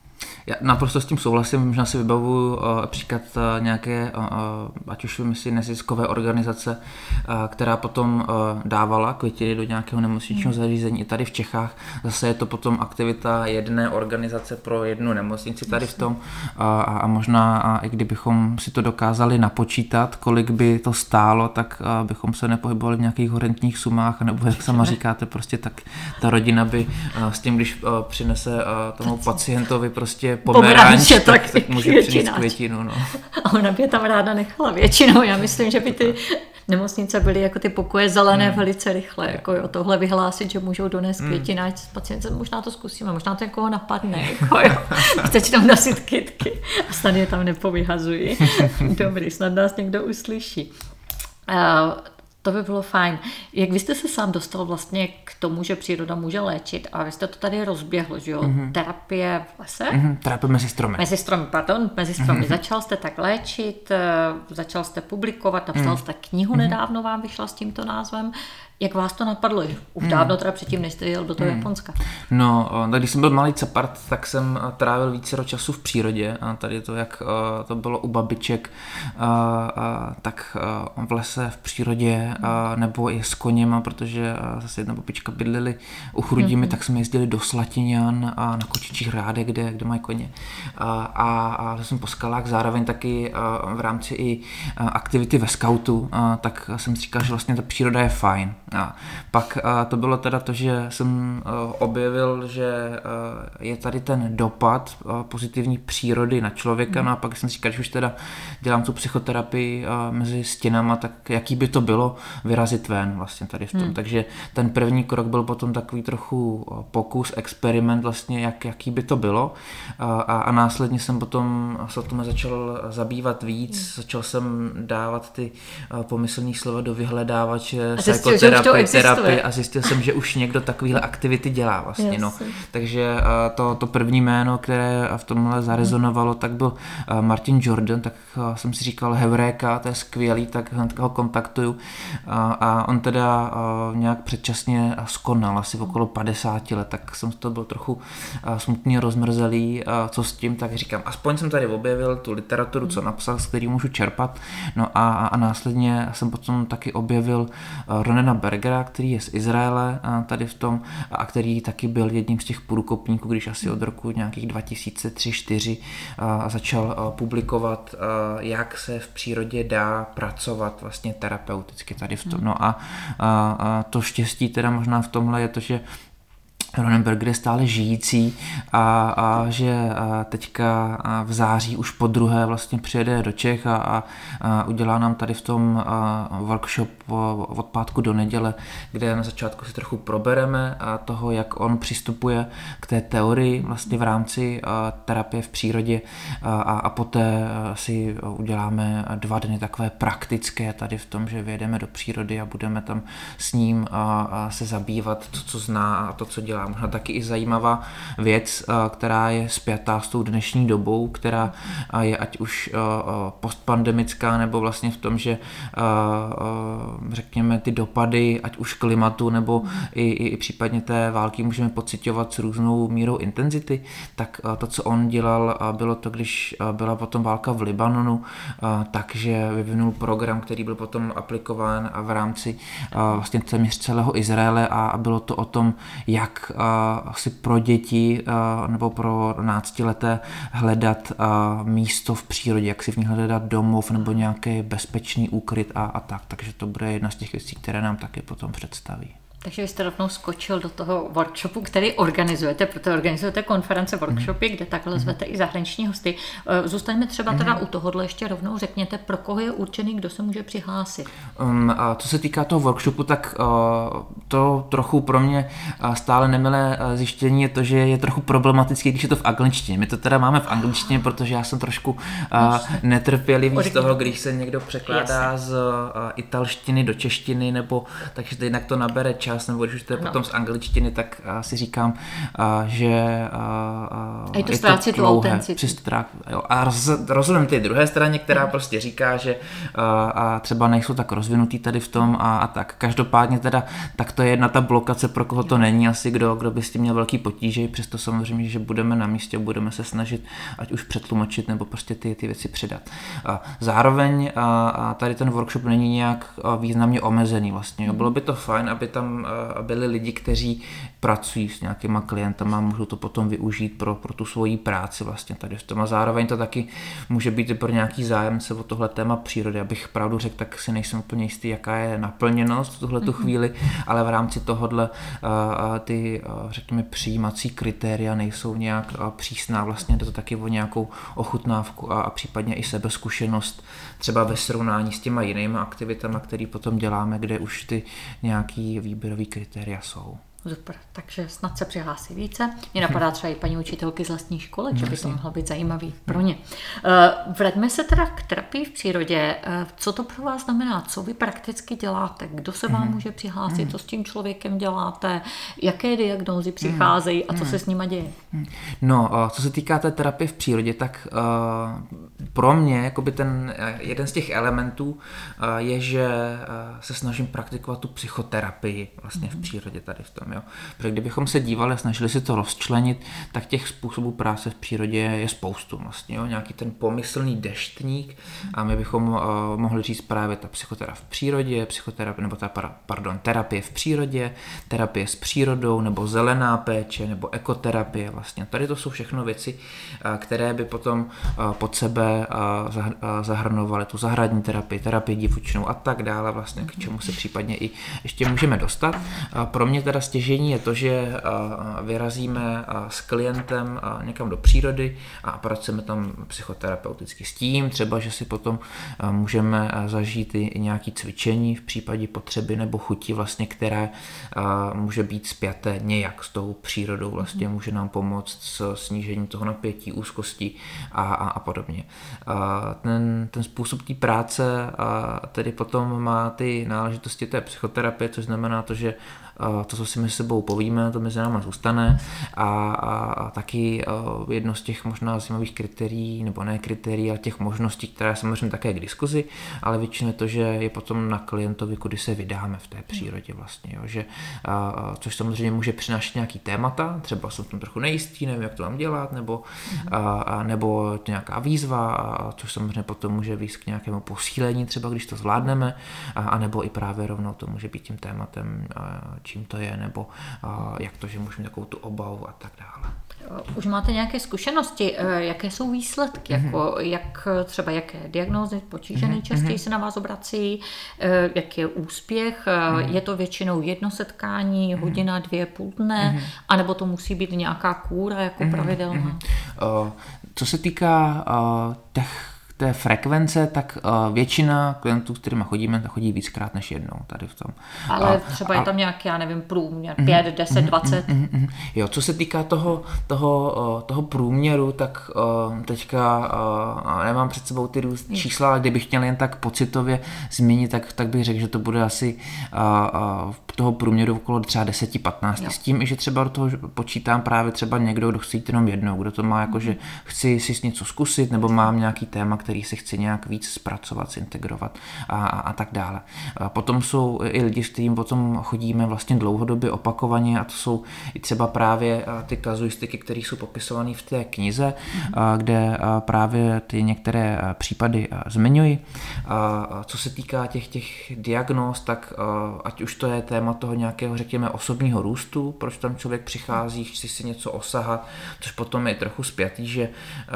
Já naprosto s tím souhlasím, možná si vybavuju uh, například uh, nějaké, uh, ať už myslím, neziskové organizace, uh, která potom uh, dávala květiny do nějakého nemocničního hmm. zařízení i tady v Čechách. Zase je to potom aktivita jedné organizace pro jednu nemocnici tady v tom uh, a, a možná a i kdybychom si to dokázali napočítat, kolik by to stálo, tak uh, bychom se nepohybovali v nějakých horentních sumách, nebo jak sama říkáte, prostě tak ta rodina by uh, s tím, když uh, přinese uh, tomu pacientovi prostě pomeranč, tak, tak, tak může přinést květinu. No. A ona by je tam ráda nechala většinou. Já myslím, že by ty nemocnice byly jako ty pokoje zelené hmm. velice rychle. Jako jo, tohle vyhlásit, že můžou donést hmm. květináč s pacientem, možná to zkusíme, možná to někoho napadne. Jako jo. Chcete tam nosit kytky a snad je tam nepovyhazují. Dobrý, snad nás někdo uslyší. Uh, To by bylo fajn. Jak vy jste se sám dostal vlastně k tomu, že příroda může léčit a vy jste to tady rozběhl, že jo? Mm-hmm. Terapie v lese? Mm-hmm. Terapie mezi stromy. Mezi stromy, pardon, mezi stromy. Mm-hmm. Začal jste tak léčit, začal jste publikovat, napsal mm-hmm. jste knihu, nedávno vám vyšla s tímto názvem. Jak vás to napadlo? Už dávno teda předtím, než jste jel do toho mm. Japonska. No, tak když jsem byl malý capart, tak jsem trávil více času v přírodě a tady to, jak to bylo u babiček, tak v lese, v přírodě, nebo i s koněma, protože zase jedna babička bydleli u Chrudimi, mm-hmm. tak jsme jezdili do Slatiňan a na Kočičích Hrádek, kde, kde mají koně. A, a, a jsem po skalách, zároveň taky v rámci i aktivity ve skautu, tak jsem si říkal, že vlastně ta příroda je fajn. A pak a to bylo teda to, že jsem a, objevil, že a, je tady ten dopad a, pozitivní přírody na člověka, mm. no a pak jsem si říkal, že už teda dělám tu psychoterapii a, mezi stěnama, tak jaký by to bylo vyrazit ven vlastně tady v tom. Mm. Takže ten první krok byl potom takový trochu pokus, experiment vlastně, jak, jaký by to bylo a, a, a následně jsem potom se o tom začal zabývat víc, mm. začal jsem dávat ty a, pomyslný slova do vyhledávače, psychoterapie, terapie a zjistil jsem, že už někdo takovýhle aktivity dělá vlastně, no. Takže to, to první jméno, které v tomhle zarezonovalo, tak byl Martin Jordan, tak jsem si říkal, Hevréka, to je skvělý, tak ho kontaktuju a on teda nějak předčasně skonal, asi v okolo padesáti let, tak jsem to byl trochu smutný, rozmrzelý, co s tím, tak říkám, aspoň jsem tady objevil tu literaturu, co napsal, s který můžu čerpat, no a, a následně jsem potom taky objevil Ronena Bergera, který je z Izraele tady v tom a který taky byl jedním z těch průkopníků, když asi od roku nějakých dva tisíce tři čtyři začal publikovat, jak se v přírodě dá pracovat vlastně terapeuticky tady v tom. No a, a to štěstí teda možná v tomhle je to, že Ronenberger je stále žijící a, a že a teďka a v září už po druhé vlastně přijede do Čech a, a, a udělá nám tady v tom a, workshop od pátku do neděle, kde na začátku si trochu probereme a toho, jak on přistupuje k té teorii vlastně v rámci a, terapie v přírodě a, a, a poté si uděláme dva dny takové praktické tady v tom, že vyjedeme do přírody a budeme tam s ním a, a se zabývat to, co zná a to, co dělá. Možná taky i zajímavá věc, která je spjatá s tou dnešní dobou, která je ať už postpandemická, nebo vlastně v tom, že řekněme ty dopady, ať už klimatu, nebo i, i, i případně té války můžeme pociťovat s různou mírou intenzity, tak to, co on dělal, bylo to, když byla potom válka v Libanonu, takže vyvinul program, který byl potom aplikován v rámci vlastně téměř celého Izraele a bylo to o tom, jak asi pro děti nebo pro náctileté hledat místo v přírodě, jak si v ní hledat domov nebo nějaký bezpečný úkryt a, a tak. Takže to bude jedna z těch věcí, které nám taky potom představí. Takže vy jste rovnou skočil do toho workshopu, který organizujete, protože organizujete konference, workshopy, mm. kde takhle zvete mm. i zahraniční hosty. Zůstaňme třeba mm. teda u tohohle ještě rovnou, řekněte, pro koho je určený, kdo se může přihlásit. Um, a co se týká toho workshopu, tak uh, to trochu pro mě uh, stále nemilé uh, zjištění je to, že je trochu problematické, když je to v angličtině. My to teda máme v angličtině, protože já jsem trošku uh, netrpělivý z toho, když se někdo překládá Jasne. z uh, italštiny do češtiny, nebo takže jinak to nabere čas. část, nebo když už to je ano. potom z angličtiny, tak uh, si říkám, uh, že uh, uh, je to ztrácí tu autenticitu. A roz, rozumím ty druhé straně, která ano. prostě říká, že uh, a třeba nejsou tak rozvinutý tady v tom a, a tak. Každopádně teda, tak to je jedna ta blokace, pro koho to není asi, kdo, kdo by s tím měl velký potíže, přesto samozřejmě, že budeme na místě, budeme se snažit ať už přetlumočit, nebo prostě ty, ty věci přidat. Uh, zároveň uh, a tady ten workshop není nějak uh, významně omezený vlastně. Jo. Bylo by to fajn, aby tam uh, byli lidi, kteří pracují s nějakýma klientama, můžou to potom využít pro, pro tu svoji práci vlastně tady v tom. A zároveň to taky může být i pro nějaký zájemce o tohle téma přírody. Abych pravdu řekl, tak si nejsem úplně jistý, jaká je naplněnost v tuhle tu chvíli, ale v rámci tohohle uh, ty, uh, řekněme, přijímací kritéria nejsou nějak uh, přísná. Vlastně jde to taky o nějakou ochutnávku a, a případně i sebezkušenost třeba ve srovnání s těma jinýma aktivitama, které potom děláme, kde už ty nějaký výběrový kritéria jsou. Super, takže snad se přihlásí více. Mě napadá třeba i paní učitelky z lesní školy, že by to mohlo být zajímavý pro ně. Vraťme se teda k terapii v přírodě. Co to pro vás znamená? Co vy prakticky děláte? Kdo se vám může přihlásit? Co s tím člověkem děláte? Jaké diagnózy přicházejí a co se s nima děje? No, co se týká té terapie v přírodě, tak pro mě jakoby ten jeden z těch elementů je, že se snažím praktikovat tu psychoterapii vlastně v přírodě tady v tom. Jo. Protože kdybychom se dívali a snažili si to rozčlenit, tak těch způsobů práce v přírodě je spoustu vlastně. Jo. Nějaký ten pomyslný deštník a my bychom uh, mohli říct právě ta psychoterapie v přírodě, psychoterapie, nebo ta, pardon, terapie v přírodě, terapie s přírodou, nebo zelená péče, nebo ekoterapie vlastně. Tady to jsou všechno věci, uh, které by potom uh, pod sebe uh, zahr- uh, zahrnovaly tu zahradní terapii, terapii divočinou a tak dále vlastně, k čemu se případně i ještě můžeme dostat. Uh, pro mě teda stěžení je to, že vyrazíme s klientem někam do přírody a pracujeme tam psychoterapeuticky s tím, třeba, že si potom můžeme zažít i nějaké cvičení v případě potřeby nebo chuti, vlastně, které může být spjaté nějak s tou přírodou, vlastně může nám pomoct s snížením toho napětí, úzkosti a, a, a podobně. Ten, ten způsob té práce tedy potom má ty náležitosti té psychoterapie, což znamená to, že to, co si my s sebou povíme, to mezi náma zůstane a, a, a taky jedno z těch možná zajímavých kritérií, nebo ne kritérií, ale těch možností, které samozřejmě také k diskuzi, ale většinou je to, že je potom na klientovi, kudy se vydáme v té přírodě vlastně, jo, že, a, což samozřejmě může přinášet nějaký témata, třeba jsem v tom trochu nejistý, nevím, jak to mám dělat, nebo, a, a, nebo nějaká výzva, a, což samozřejmě potom může vést k nějakému posílení, třeba když to zvládneme, a, a nebo i právě rovnou to může být tím tématem, a, čím to je, nebo a, jak to, že můžeme takovou tu obavu a tak dále. Už máte nějaké zkušenosti, jaké jsou výsledky, mm-hmm. jako, jak třeba jaké diagnózy potíže nejčastěji mm-hmm. se na vás obrací, jaký je úspěch, mm-hmm. je to většinou jedno setkání, hodina, dvě, půl dne, mm-hmm. anebo to musí být nějaká kůra jako mm-hmm. pravidelná? Mm-hmm. Uh, co se týká uh, těch té frekvence, tak uh, většina klientů, s kterými chodíme, tak chodí víckrát než jednou tady v tom. Ale třeba a, je tam nějaký, já nevím, průměr, pět, deset, dvacet. Mm, mm, mm, jo, co se týká toho, toho, uh, toho průměru, tak uh, teďka uh, nemám před sebou ty růst čísla, ale kdybych měl jen tak pocitově zmínit, tak, tak bych řekl, že to bude asi uh, uh, toho průměru okolo třeba deset patnáct. S tím, že třeba do toho počítám právě třeba někdo, kdo chce jít jenom jednou, kdo to má jako, že chci si něco zkusit, nebo mám nějaký téma, který si chci nějak víc zpracovat, zintegrovat a, a, a tak dále. A potom jsou i lidi, s kterým potom chodíme vlastně dlouhodobě opakovaně a to jsou i třeba právě ty kazuistiky, které jsou popisované v té knize, a, kde a právě ty některé případy zmiňuji. A, co se týká těch, těch diagnóz, tak a, ať už to je téma toho nějakého, řekněme, osobního růstu, proč tam člověk přichází, chci si něco osahat, což potom je trochu spjatý, že a,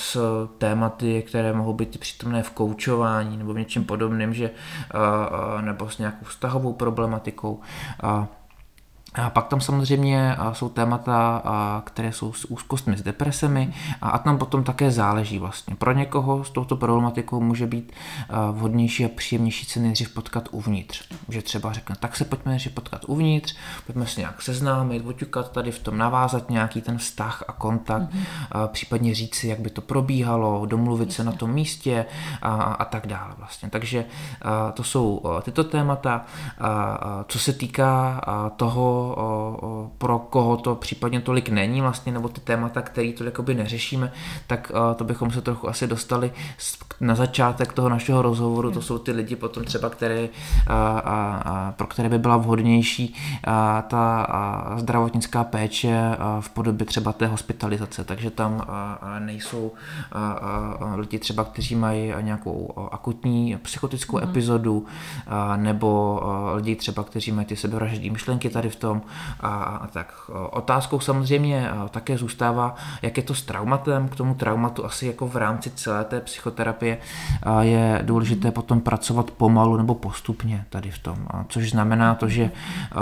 s tématy, které mohou být přítomné v koučování nebo v něčem podobném, že, a, a, nebo s nějakou vztahovou problematikou. A, A pak tam samozřejmě jsou témata, které jsou s úzkostmi, s depresemi a tam potom také záleží vlastně. Pro někoho s touto problematikou může být vhodnější a příjemnější se nejdřív potkat uvnitř. Že třeba řekne, tak se pojďme nejdřív potkat uvnitř, pojďme se nějak seznámit, oťukat tady v tom, navázat nějaký ten vztah a kontakt, mm-hmm. případně říct si, jak by to probíhalo, domluvit Jasně. se na tom místě a, a tak dále vlastně. Takže to jsou tyto témata. Co se týká toho, pro koho to případně tolik není vlastně, nebo ty témata, které to jakoby neřešíme, tak to bychom se trochu asi dostali na začátek toho našeho rozhovoru. To jsou ty lidi potom třeba, které, a, a, a, pro které by byla vhodnější a, ta a, zdravotnická péče a, v podobě třeba té hospitalizace, takže tam a, a nejsou a, a, lidi třeba, kteří mají nějakou akutní psychotickou mm. epizodu, a, nebo a, lidi třeba, kteří mají ty sebevražední myšlenky tady v tom a, a tak. Otázkou samozřejmě také zůstává, jak je to s traumatem. K tomu traumatu asi jako v rámci celé té psychoterapie je důležité potom pracovat pomalu nebo postupně tady v tom, což znamená to, že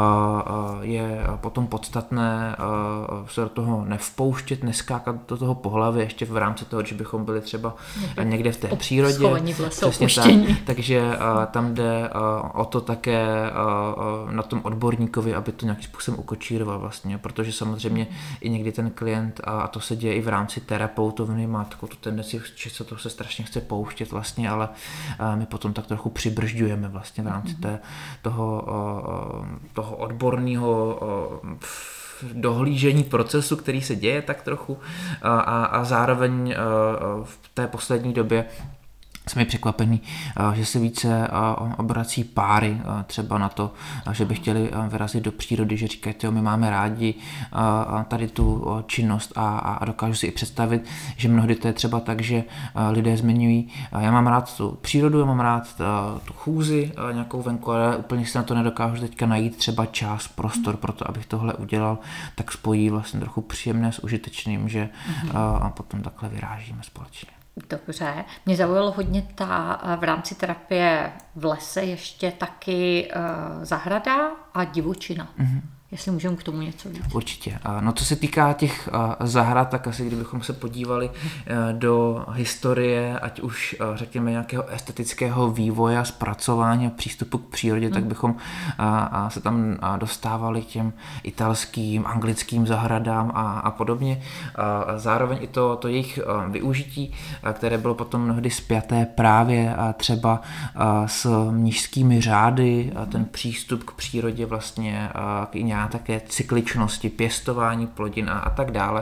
je potom podstatné se do toho nevpouštět, neskákat do toho po hlavě ještě v rámci toho, že bychom byli třeba někde v té přírodě. Přesně tak. Takže tam jde o to také na tom odborníkovi, aby to nějakým způsobem ukočíroval vlastně, protože samozřejmě i někdy ten klient, a to se děje i v rámci terapeutovny, má takovou tu tendenci, že se to se strašně chce pouštět vlastně, ale my potom tak trochu přibržďujeme vlastně v rámci té, toho, toho odborného dohlížení procesu, který se děje tak trochu a, a zároveň v té poslední době jsme překvapení, že se více obrací páry třeba na to, že by chtěli vyrazit do přírody, že říkají, jo, my máme rádi tady tu činnost a dokážu si i představit, že mnohdy to je třeba tak, že lidé zmiňují, já mám rád tu přírodu, já mám rád tu chůzi nějakou venku, ale úplně si na to nedokážu teďka najít třeba čas, prostor pro to, abych tohle udělal, tak spojí vlastně trochu příjemné s užitečným, že a potom takhle vyrážíme společně. Dobře. Mě zaujalo hodně ta v rámci terapie v lese ještě taky uh, zahrada a divočina. Mm-hmm. Jestli můžeme k tomu něco říct. Určitě. No co se týká těch zahrad, tak asi kdybychom se podívali do historie, ať už řekněme nějakého estetického vývoje, zpracování a přístupu k přírodě, mm. tak bychom se tam dostávali k těm italským, anglickým zahradám a, a podobně. Zároveň i to, to jejich využití, které bylo potom mnohdy spjaté právě třeba s mnišskými řády, ten přístup k přírodě vlastně k i také cykličnosti, pěstování plodin a, a tak dále.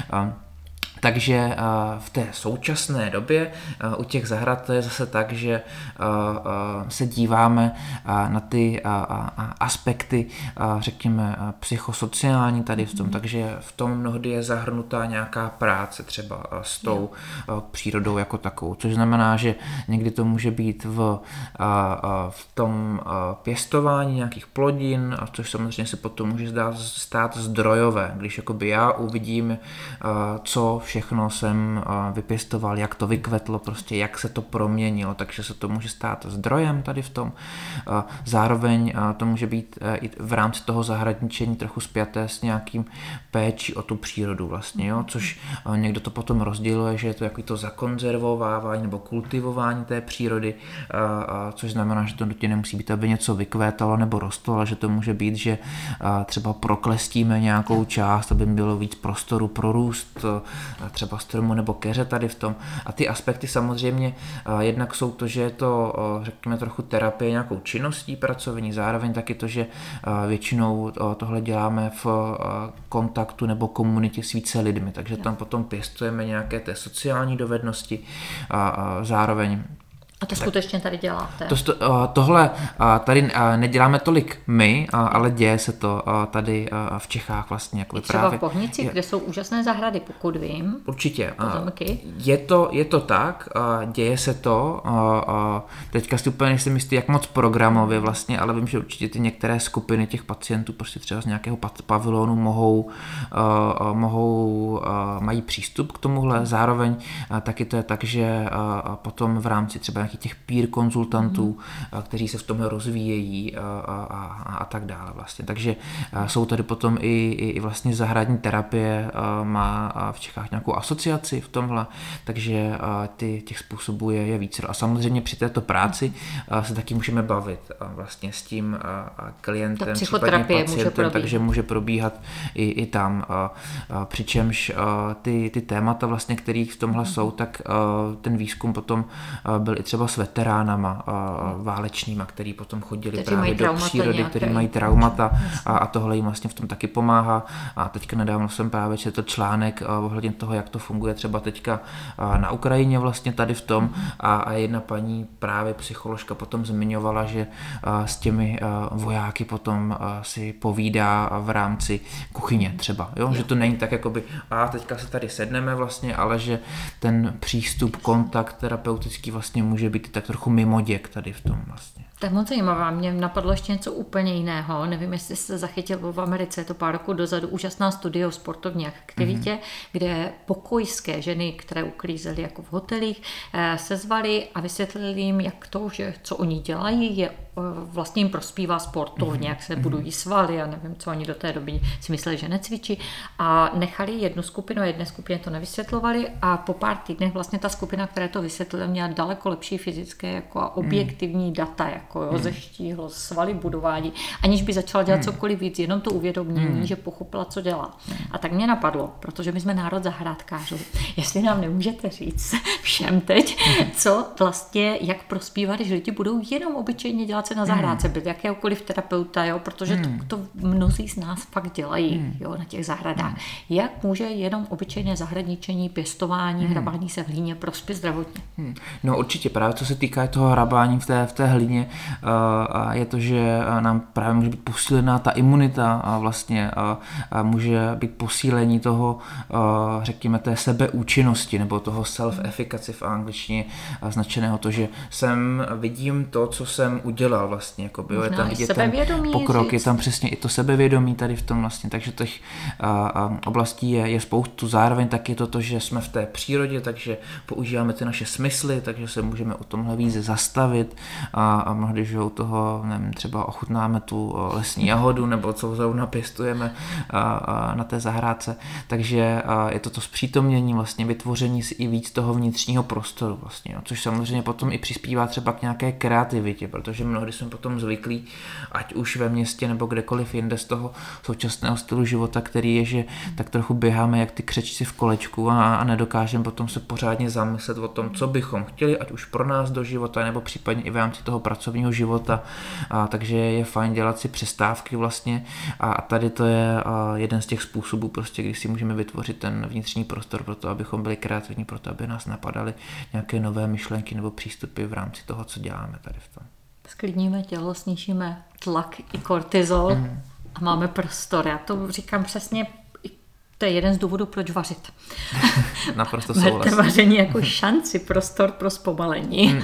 Takže v té současné době u těch zahrad to je zase tak, že se díváme na ty aspekty, řekněme, psychosociální tady v tom, takže v tom mnohdy je zahrnutá nějaká práce třeba s tou přírodou jako takovou, což znamená, že někdy to může být v, v tom pěstování nějakých plodin, což samozřejmě se potom může zdát, stát zdrojové, když jakoby já uvidím, co všechno jsem vypěstoval, jak to vykvetlo, prostě jak se to proměnilo, takže se to může stát zdrojem tady v tom. Zároveň to může být i v rámci toho zahradničení trochu spjaté s nějakým péčí o tu přírodu vlastně, jo? Což někdo to potom rozděluje, že je to jako to zakonzervovávání nebo kultivování té přírody, což znamená, že to nutně nemusí být, aby něco vykvétalo nebo rostlo, ale že to může být, že třeba proklestíme nějakou část, aby bylo víc prostoru pro růst třeba stromu nebo keře tady v tom. A ty aspekty samozřejmě jednak jsou to, že je to, řekněme, trochu terapie nějakou činností pracovní, zároveň taky to, že většinou tohle děláme v kontaktu nebo komunitě s více lidmi, takže tam potom pěstujeme nějaké té sociální dovednosti a zároveň. A to skutečně tady děláte? To, tohle tady neděláme tolik my, ale děje se to tady v Čechách vlastně. Jako I třeba právě. V Bohnici, kde jsou úžasné zahrady, pokud vím. Určitě. Je to, je to tak, děje se to. Teďka si úplně nejsem jistý, jak moc programově vlastně, ale vím, že určitě ty některé skupiny těch pacientů prostě třeba z nějakého pavilonu mohou, mohou mají přístup k tomuhle. Zároveň taky to je tak, že potom v rámci třeba nějakých těch peer konzultantů, mm. kteří se v tomhle rozvíjejí a, a, a, a tak dále vlastně. Takže jsou tady potom i, i, i vlastně zahradní terapie, má v Čechách nějakou asociaci v tomhle, takže ty, těch způsobů je, je více. A samozřejmě při této práci se taky můžeme bavit vlastně s tím klientem, případně pacientem, takže může probíhat i, i tam. Přičemž ty, ty témata vlastně, které v tomhle jsou, tak ten výzkum potom byl i třeba s veteránama válečnýma, který potom chodili kteří právě do přírody, kteří mají traumata a, a tohle jim vlastně v tom taky pomáhá. A teďka nedávno jsem právě četl článek ohledně toho, jak to funguje třeba teďka na Ukrajině vlastně tady v tom a, a jedna paní právě psycholožka potom zmiňovala, že s těmi vojáky potom si povídá v rámci kuchyně třeba, jo? Že to není tak jakoby a teďka se tady sedneme vlastně, ale že ten přístup, kontakt terapeutický vlastně může být tak trochu mimoděk tady v tom vlastně. To je moc zajímavá. Mě napadlo ještě něco úplně jiného. Nevím, jestli jste zachytil v Americe, je to pár roků dozadu, úžasná studie o sportovní aktivitě, mm-hmm. kde pokojské ženy, které uklízely jako v hotelích, se zvaly a vysvětlili jim, jak to, že co oni dělají, je vlastně jim prospívá sportovně, mm-hmm. jak se budují svaly a nevím, co oni do té doby si mysleli, že necvičí. A nechali jednu skupinu, jedné skupině to nevysvětlovali a po pár týdnech vlastně ta skupina, která to vysvětlila, měla daleko lepší fyzické jako objektivní mm. data, jako jo, mm. ze štíhlo, svaly, budování, aniž by začala dělat mm. cokoliv víc, jenom to uvědomění, mm. že pochopila, co dělá. Mm. A tak mě napadlo, protože my jsme národ zahrádkářů, jestli nám nemůžete říct všem teď, co vlastně, jak prospívá, když lidi budou jenom obyčejně dělat se na zahrádce, mm. bez jakéhokoliv terapeuta, jo, protože mm. to, to mnozí z nás fakt dělají, mm. jo, na těch zahradách. Mm. Jak může jenom obyčejné zahradničení, pěstování, mm. hrabání se v hlíně prospět zdravotně? Mm. No určitě, právě co se týká toho hrabání v té, v té hlíně, uh, je to, že nám právě může být posílená ta imunita a vlastně uh, a může být posílení toho, uh, řekněme, té sebeúčinnosti nebo toho self-efficacy v angličtině značeného to, že jsem vidím to, co jsem udělal vlastně, jakoby, jo, je tam vidět ten pokrok, říct. Je tam přesně i to sebevědomí tady v tom vlastně, takže těch a, a oblastí je, je spoustu, zároveň taky to, to, že jsme v té přírodě, takže používáme ty naše smysly, takže se můžeme o tomhle víc zastavit a, a mnohdy, že u toho, nevím, třeba ochutnáme tu lesní jahodu, nebo co zrovna pěstujeme a, a na té zahrádce, takže a je to to zpřítomnění, vlastně vytvoření si i víc toho vnitřního prostoru vlastně, no, což samozřejmě potom i přispívá třeba k nějaké kreativitě, protože mnohdy jsme potom zvyklí, ať už ve městě nebo kdekoliv jinde z toho současného stylu života, který je, že tak trochu běháme jak ty křečci v kolečku a, a nedokážeme potom se pořádně zamyslet o tom, co bychom chtěli, ať už pro nás do života, nebo případně i v rámci toho pracovního života. A, takže je fajn dělat si přestávky vlastně a, a tady to je a, jeden z těch způsobů, prostě, kdy si můžeme vytvořit ten vnitřní prostor pro to, abychom byli kreativní, pro to, aby nás napadaly nějaké nové myšlenky nebo přístupy v rámci toho, co děláme tady v tom. Sklidníme tělo, snížíme tlak i kortizol mm. a máme prostor. Já to říkám přesně, to je jeden z důvodů, proč vařit. Naprosto souhlasím. Berte vaření jako šanci, prostor pro zpomalení. Mm.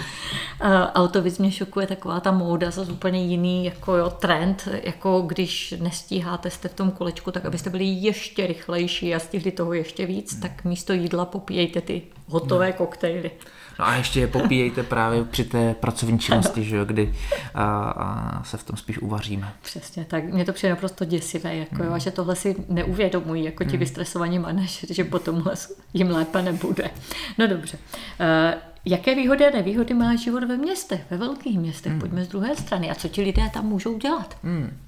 Ale to víc mě šokuje taková ta móda, zase úplně jiný jako jo, trend, jako když nestíháte, jste v tom kolečku, tak abyste byli ještě rychlejší a stihli toho ještě víc, mm. tak místo jídla popíjejte ty hotové no. koktejly. No a ještě je popíjejte právě při té pracovní činnosti, že jo, kdy a, a se v tom spíš uvaříme. Přesně, tak mně to přijde naprosto děsivé, jako mm. jo, a že tohle si neuvědomují, jako ti mm. vystresovaní manažeři, že potom jim lépe nebude. No dobře. Uh, Jaké výhody a nevýhody má život ve městech, ve velkých městech? Mm. Pojďme z druhé strany. A co ti lidé tam můžou dělat? Mm.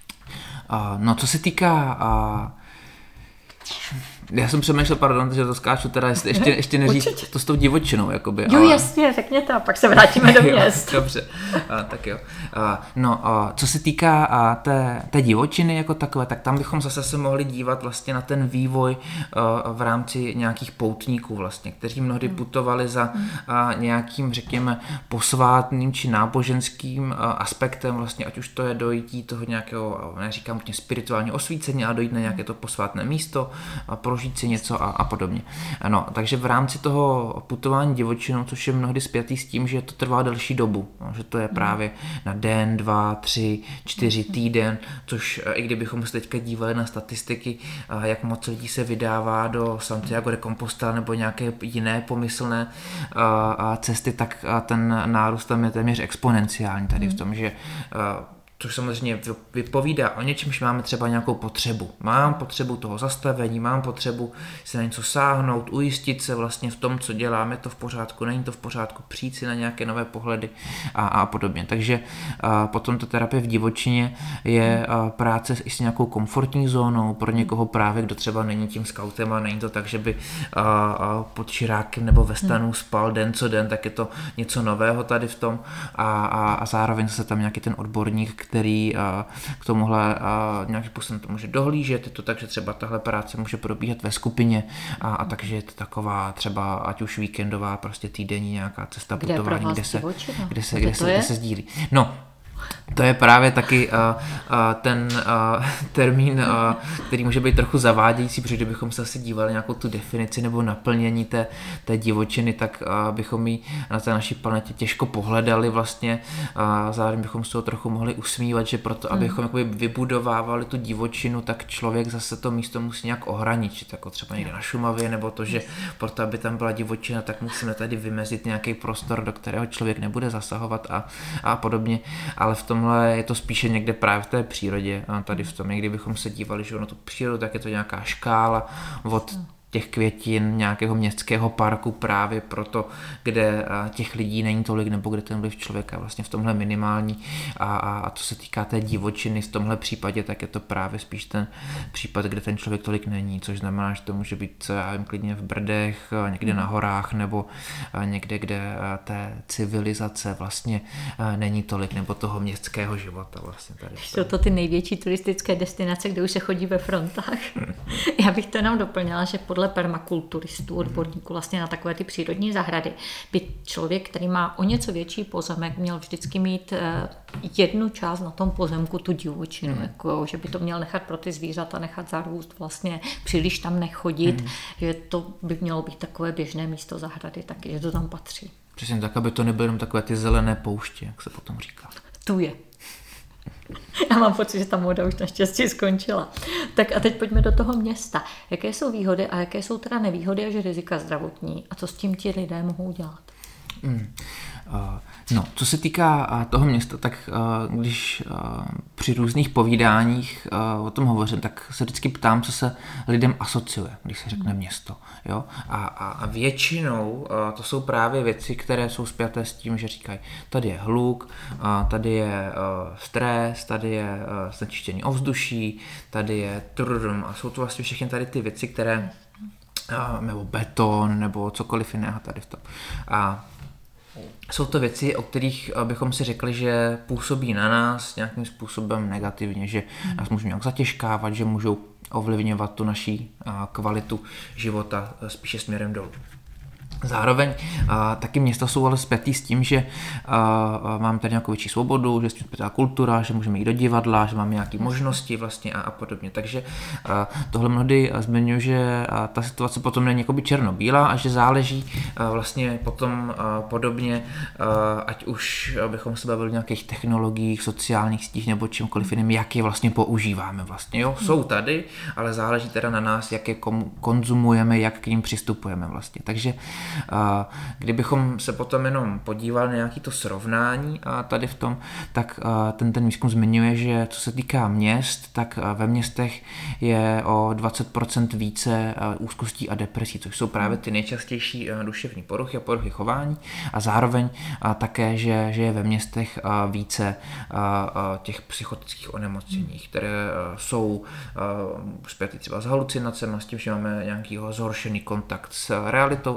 Uh, no, co se týká... Uh, Já jsem přemýšlel, pardon, že to skáču, teda ještě, ještě neříct to s tou divočinou, jakoby. Jo, ale... jasně, řekněte a pak se vrátíme do měst. Jo, dobře, a, tak jo. A, no, a, co se týká a, té, té divočiny jako takové, tak tam bychom zase se mohli dívat vlastně na ten vývoj a, v rámci nějakých poutníků vlastně, kteří mnohdy putovali za a, nějakým, řekněme, posvátným či náboženským a, aspektem vlastně, ať už to je dojítí toho nějakého, neříkám úplně spirituálního osvícení, ale dojít na nějaké to posvátné místo a pro naložit si něco a, a podobně. No, takže v rámci toho putování divočinou, což je mnohdy spjatý s tím, že to trvá delší dobu, no, že to je právě na den, dva, tři, čtyři týden, což i kdybychom se teďka dívali na statistiky, jak moc lidí se vydává do Santiago de Compostela nebo nějaké jiné pomyslné cesty, tak ten nárůst tam je téměř exponenciální tady v tom, že což samozřejmě vypovídá o něčem, že máme třeba nějakou potřebu. Mám potřebu toho zastavení, mám potřebu si na něco sáhnout, ujistit se vlastně v tom, co děláme, to v pořádku, není to v pořádku, přijít si na nějaké nové pohledy a, a podobně. Takže a potom ta terapie v divočině je a, práce i s nějakou komfortní zónou pro někoho právě, kdo třeba není tím skautem a není to tak, že by a, a pod širákem nebo ve stanu spal den co den, tak je to něco nového tady v tom a, a, a zároveň se tam nějaký ten odborník, který a, k tomuhle a, nějakým způsobem to může dohlížet, je to tak, že třeba tahle práce může probíhat ve skupině a, a takže je to taková třeba ať už víkendová, prostě týdenní nějaká cesta kde putování, kde se, kde se, kde kde se, kde se sdílí. No, to je právě taky uh, uh, ten uh, termín, uh, který může být trochu zavádějící, protože kdybychom se asi dívali nějakou tu definici nebo naplnění té, té divočiny, tak uh, bychom ji na té naší planetě těžko pohledali vlastně. Uh, zároveň bychom se toho trochu mohli usmívat, že proto, abychom jakoby vybudovávali tu divočinu, tak člověk zase to místo musí nějak ohraničit, jako třeba někde na Šumavě, nebo to, že proto, aby tam byla divočina, tak musíme tady vymezit nějaký prostor, do kterého člověk nebude zasahovat a, a podobně. Ale v tomhle je to spíše někde právě v té přírodě a tady v tom, kdybychom se dívali, že ono tu přírodu, tak je to nějaká škála od těch květin nějakého městského parku právě proto, kde těch lidí není tolik, nebo kde ten vliv člověka vlastně v tomhle minimální a, a, a co se týká té divočiny v tomhle případě, tak je to právě spíš ten případ, kde ten člověk tolik není, což znamená, že to může být, já vím, klidně v Brdech, někde na horách, nebo někde, kde té civilizace vlastně není tolik, nebo toho městského života vlastně tady. Jsou to ty největší turistické destinace, kde už se chodí ve frontách. Já bych to jenom doplnila, že podle permakulturistů, odborníků vlastně na takové ty přírodní zahrady, by člověk, který má o něco větší pozemek, měl vždycky mít jednu část na tom pozemku, tu divočinu, mm. jako, že by to měl nechat pro ty zvířata, nechat zarůst, vlastně příliš tam nechodit, mm. že to by mělo být takové běžné místo zahrady taky, že to tam patří. Přesně tak, aby to nebyly jenom takové ty zelené pouště, jak se potom říká. Tu je. Já mám pocit, že ta móda už naštěstí skončila. Tak a teď pojďme do toho města. Jaké jsou výhody a jaké jsou teda nevýhody až rizika zdravotní a co s tím ti lidé mohou dělat? Hmm. Uh, no, co se týká uh, toho města, tak uh, když uh, při různých povídáních uh, o tom hovořím, tak se vždycky ptám, co se lidem asociuje, když se řekne město. Jo? A, a, a většinou uh, to jsou právě věci, které jsou spjaté s tím, že říkají, tady je hluk, uh, tady je uh, stres, tady je uh, znečištění ovzduší, tady je trudum a jsou to vlastně všechny tady ty věci, které uh, nebo beton, nebo cokoliv jiného tady v tom. A jsou to věci, o kterých bychom si řekli, že působí na nás nějakým způsobem negativně, že nás můžou nějak zatěžkávat, že můžou ovlivňovat tu naší kvalitu života spíše směrem dolů. Zároveň a, taky města jsou ale spjatý s tím, že a, a mám tady nějakou větší svobodu, že s tím spjatá kultura, že můžeme jít do divadla, že máme nějaké možnosti vlastně a, a podobně. Takže a, tohle mnohdy zmiňuji, že a, ta situace potom není jakoby černobílá a že záleží a, vlastně potom a, podobně, a, ať už bychom se bavili o nějakých technologiích, sociálních sítích nebo čímkoliv jiným, jak je vlastně používáme vlastně. Jo? Jsou tady, ale záleží teda na nás, jak je konzumujeme, jak k ním přistupujeme vlastně. Takže kdybychom se potom jenom podívali na nějaké to srovnání tady v tom, tak ten, ten výzkum zmiňuje, že co se týká měst, tak ve městech je o dvacet procent více úzkostí a depresí, což jsou právě ty nejčastější duševní poruchy a poruchy chování a zároveň také, že, že je ve městech více těch psychotických onemocnění, které jsou zpěty třeba s halucinacemi, s tím, že máme nějaký zhoršený kontakt s realitou a podobně.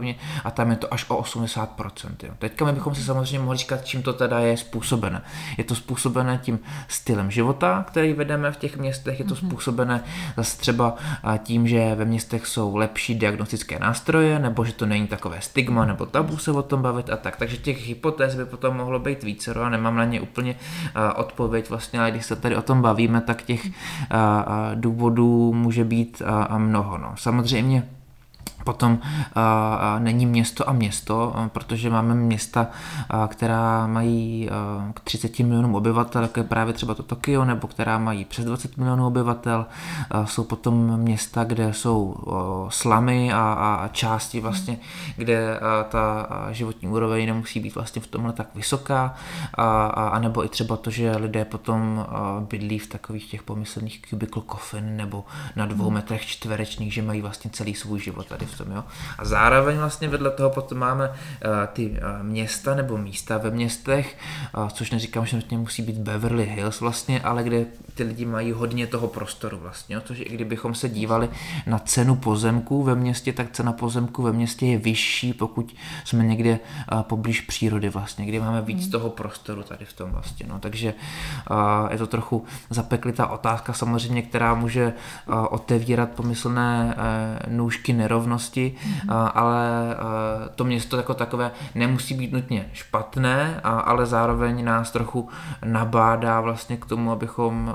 podobně a tam je to až o osmdesát procent. Jo. Teďka my bychom si samozřejmě mohli říkat, čím to teda je způsobené. Je to způsobené tím stylem života, který vedeme v těch městech, je to způsobené zase třeba tím, že ve městech jsou lepší diagnostické nástroje, nebo že to není takové stigma nebo tabu se o tom bavit a tak. Takže těch hypotéz by potom mohlo být vícero a nemám na ně úplně odpověď vlastně, ale když se tady o tom bavíme, tak těch důvodů může být mnoho. No. Samozřejmě potom a, a, není město a město, a, protože máme města, a, která mají a, k třiceti milionům obyvatel, jako je právě třeba to Tokio, nebo která mají přes dvacet milionů obyvatel. A, jsou potom města, kde jsou a, slamy a, a části vlastně, kde a, ta a, životní úroveň nemusí být vlastně v tomhle tak vysoká, a, a, a nebo i třeba to, že lidé potom a, bydlí v takových těch pomyslných cubicle coffin nebo na dvou metrech čtverečních, že mají vlastně celý svůj život tady v tom, jo. A zároveň vlastně vedle toho potom máme uh, ty uh, města nebo místa ve městech, uh, což neříkám, že nutně musí být Beverly Hills vlastně, ale kde ty lidi mají hodně toho prostoru vlastně, jo. Což i kdybychom se dívali na cenu pozemků ve městě, tak cena pozemků ve městě je vyšší, pokud jsme někde uh, poblíž přírody vlastně, kde máme víc mm. toho prostoru tady v tom vlastně, no. Takže uh, je to trochu zapeklitá otázka samozřejmě, která může uh, otevírat pomyslné uh, nůžky nerovnosti, mm-hmm. ale to město jako takové nemusí být nutně špatné, ale zároveň nás trochu nabádá vlastně k tomu, abychom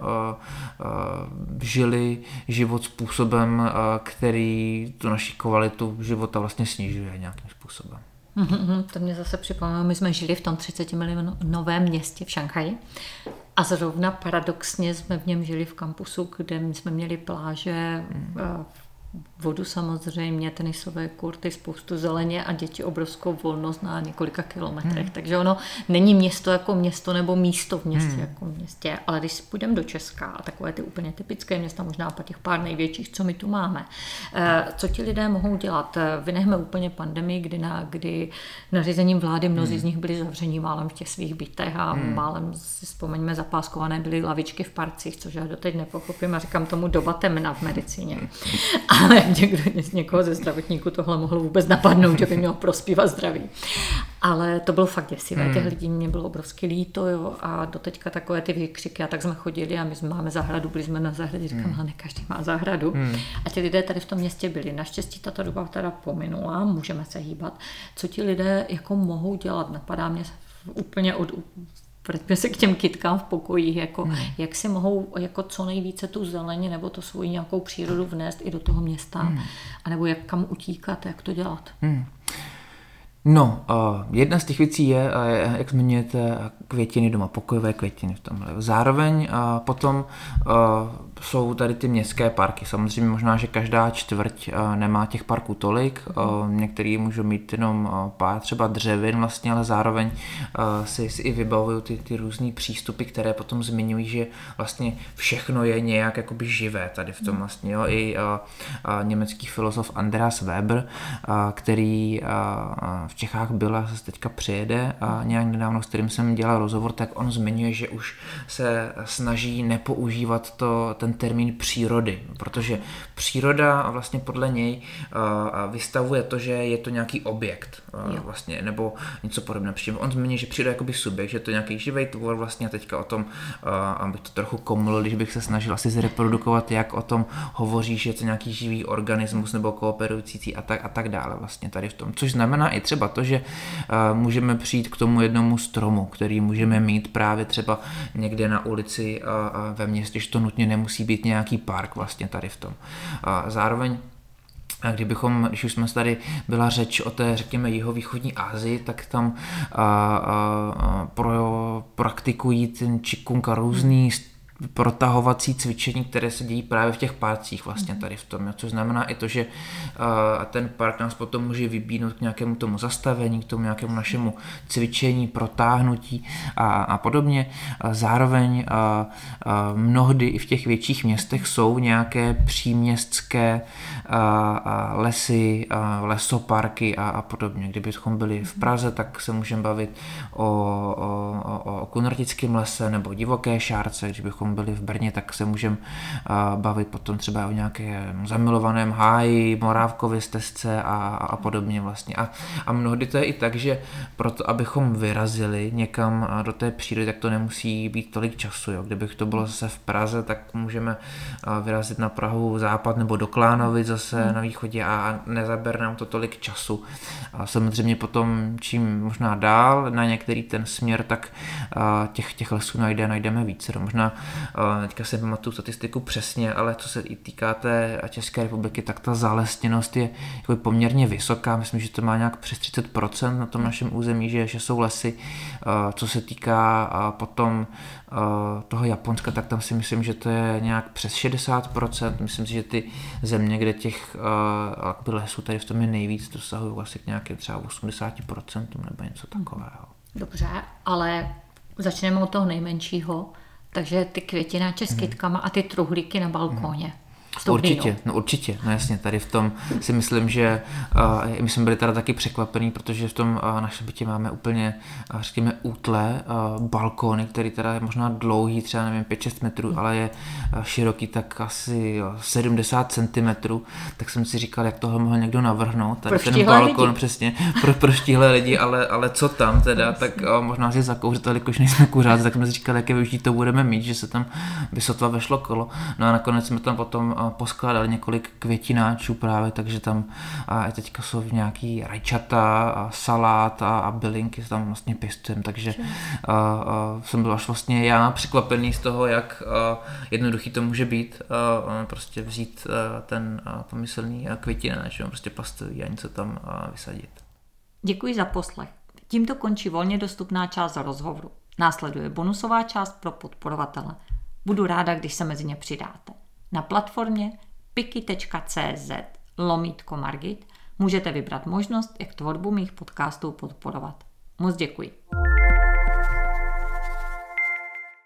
žili život způsobem, který tu naši kvalitu života vlastně snižuje nějakým způsobem. Mm-hmm, to mě zase připomíná, my jsme žili v tom třicetinovém městě v Šanghaji a zrovna paradoxně jsme v něm žili v kampusu, kde jsme měli pláže, mm. vodu samozřejmě, tenisové kurty, spoustu zeleně a děti obrovskou volnost na několika kilometrech. Hmm. Takže ono není město jako město nebo místo v městě hmm. jako městě. Ale když půjdeme do Česka a takové ty úplně typické města, možná po těch pár největších, co my tu máme, co ti lidé mohou dělat? Vynechme úplně pandemii, kdy, na, kdy nařízením vlády mnozí hmm. z nich byli zavření málem v těch svých bytech a hmm. málem si vzpomeňme zapáskované byly lavičky v parcích, což já doteď nepochopím a říkám tomu doba temna v medicíně. Ale někdo, někoho ze zdravotníků tohle mohlo vůbec napadnout, že by měl prospívat zdraví. Ale to bylo fakt děsivé. Hmm. Těch lidí mě bylo obrovsky líto, jo, a doteďka takové ty výkřiky, a tak jsme chodili a my jsme máme zahradu, byli jsme na zahradě, říkám, hmm. ne každý má zahradu. Hmm. A ti lidé tady v tom městě byli. Naštěstí tato doba teda pominula, můžeme se hýbat. Co ti lidé jako mohou dělat? Napadá mě úplně od vraťme se k těm kytkám v pokojích, jako, hmm. jak si mohou jako co nejvíce tu zelení nebo to svoji nějakou přírodu vnést i do toho města, hmm. anebo jak kam utíkat, jak to dělat. Hmm. No, uh, jedna z těch věcí je, uh, jak zmiňujete, květiny doma, pokojové květiny v tomhle. Zároveň uh, potom uh, jsou tady ty městské parky. Samozřejmě možná, že každá čtvrť uh, nemá těch parků tolik. Uh, některý můžou mít jenom uh, pár třeba dřevin vlastně, ale zároveň uh, si, si i vybavují ty, ty různý přístupy, které potom zmiňují, že vlastně všechno je nějak jakoby živé tady v tom vlastně. Jo? I uh, uh, německý filozof Andreas Weber, uh, který uh, v Čechách byl a se teďka přijede a nějak nedávno, s kterým jsem dělal rozhovor, tak on zmiňuje, že už se snaží nepoužívat to, ten termín přírody, protože příroda a vlastně podle něj uh, vystavuje to, že je to nějaký objekt uh, vlastně, nebo něco podobného. On zmiňuje, že příroda je jakoby subjekt, že je to nějaký živý tvor vlastně a teďka o tom, uh, abych to trochu komlil, když bych se snažil asi zreprodukovat, jak o tom hovoří, že je to nějaký živý organismus nebo kooperující a tak, a tak dále vlastně tady v tom, což znamená i třeba to, že uh, můžeme přijít k tomu jednomu stromu, který můžeme mít právě třeba někde na ulici uh, uh, ve městě, že to nutně nemusí být nějaký park vlastně tady v tom. Uh, zároveň a kdybychom, když už jsme tady byla řeč o té, řekněme, jihovýchodní Asii, tak tam a, a, pro, praktikují ten čikung a různý protahovací cvičení, které se dějí právě v těch parcích vlastně tady v tom, což znamená i to, že uh, ten park nás potom může vybídnout k nějakému tomu zastavení, k tomu nějakému našemu cvičení, protáhnutí a, a podobně. Uh, zároveň uh, uh, mnohdy i v těch větších městech jsou nějaké příměstské uh, uh, lesy, uh, lesoparky a, a podobně. Kdybychom byli v Praze, tak se můžeme bavit o, o, o, o Kunratickém lese nebo Divoké Šárce, kdybychom bychom byli v Brně, tak se můžeme bavit potom třeba o nějakém zamilovaném háji, Morávkově stezce a, a podobně vlastně. A, a mnohdy to je i tak, že proto, abychom vyrazili někam do té přírody, tak to nemusí být tolik času. Jo. Kdybych to bylo zase v Praze, tak můžeme vyrazit na Prahu západ nebo do Klánovic zase na východě a nezabere nám to tolik času. A samozřejmě potom čím možná dál na některý ten směr, tak těch, těch lesů najde, najdeme více. Možná teďka si pamatuju statistiku přesně, ale co se i týká té České republiky, tak ta zalesněnost je jako poměrně vysoká. Myslím, že to má nějak přes třicet procent na tom našem území, že, že jsou lesy. Co se týká potom toho Japonska, tak tam si myslím, že to je nějak přes šedesát procent. Myslím si, že ty země, kde těch lesů tady v tom je nejvíc, dosahují asi k nějaké třeba osmdesát procent nebo něco takového. Dobře, ale začneme od toho nejmenšího, takže ty květináče s kytkama a ty truhlíky na balkóně. Určitě, no určitě, no jasně, tady v tom si myslím, že uh, my jsme byli teda taky překvapení, protože v tom uh, našem bytě máme úplně, uh, řekněme, útlé uh, balkóny, který teda je možná dlouhý, třeba nevím, pět šest metrů, ale je uh, široký tak asi uh, sedmdesát centimetrů, tak jsem si říkal, jak tohle mohl někdo navrhnout, tady pro ten balkón, lidi. Přesně, pro, pro štíhlé lidi, ale, ale co tam teda, tak uh, možná si zakouřit, ale jakož nejsme kuřáci, tak jsme si říkali, jaké využití to budeme mít, že se tam vysotva vešlo kolo, no a nakonec jsme tam potom uh, poskládali několik květináčů právě, takže tam a teďka jsou nějaký rajčata, a salát a, a bylinky tam vlastně pěstujeme, takže a, a jsem byl až vlastně já překvapený z toho, jak a, jednoduchý to může být a, a prostě vzít a, ten a, pomyslný květináč, prostě plastový a něco tam a, vysadit. Děkuji za poslech. Tímto končí volně dostupná část rozhovoru. Následuje bonusová část pro podporovatele. Budu ráda, když se mezi ně přidáte. Na platformě piky tečka cz lomítko Margit můžete vybrat možnost, jak tvorbu mých podcastů podporovat. Moc děkuji.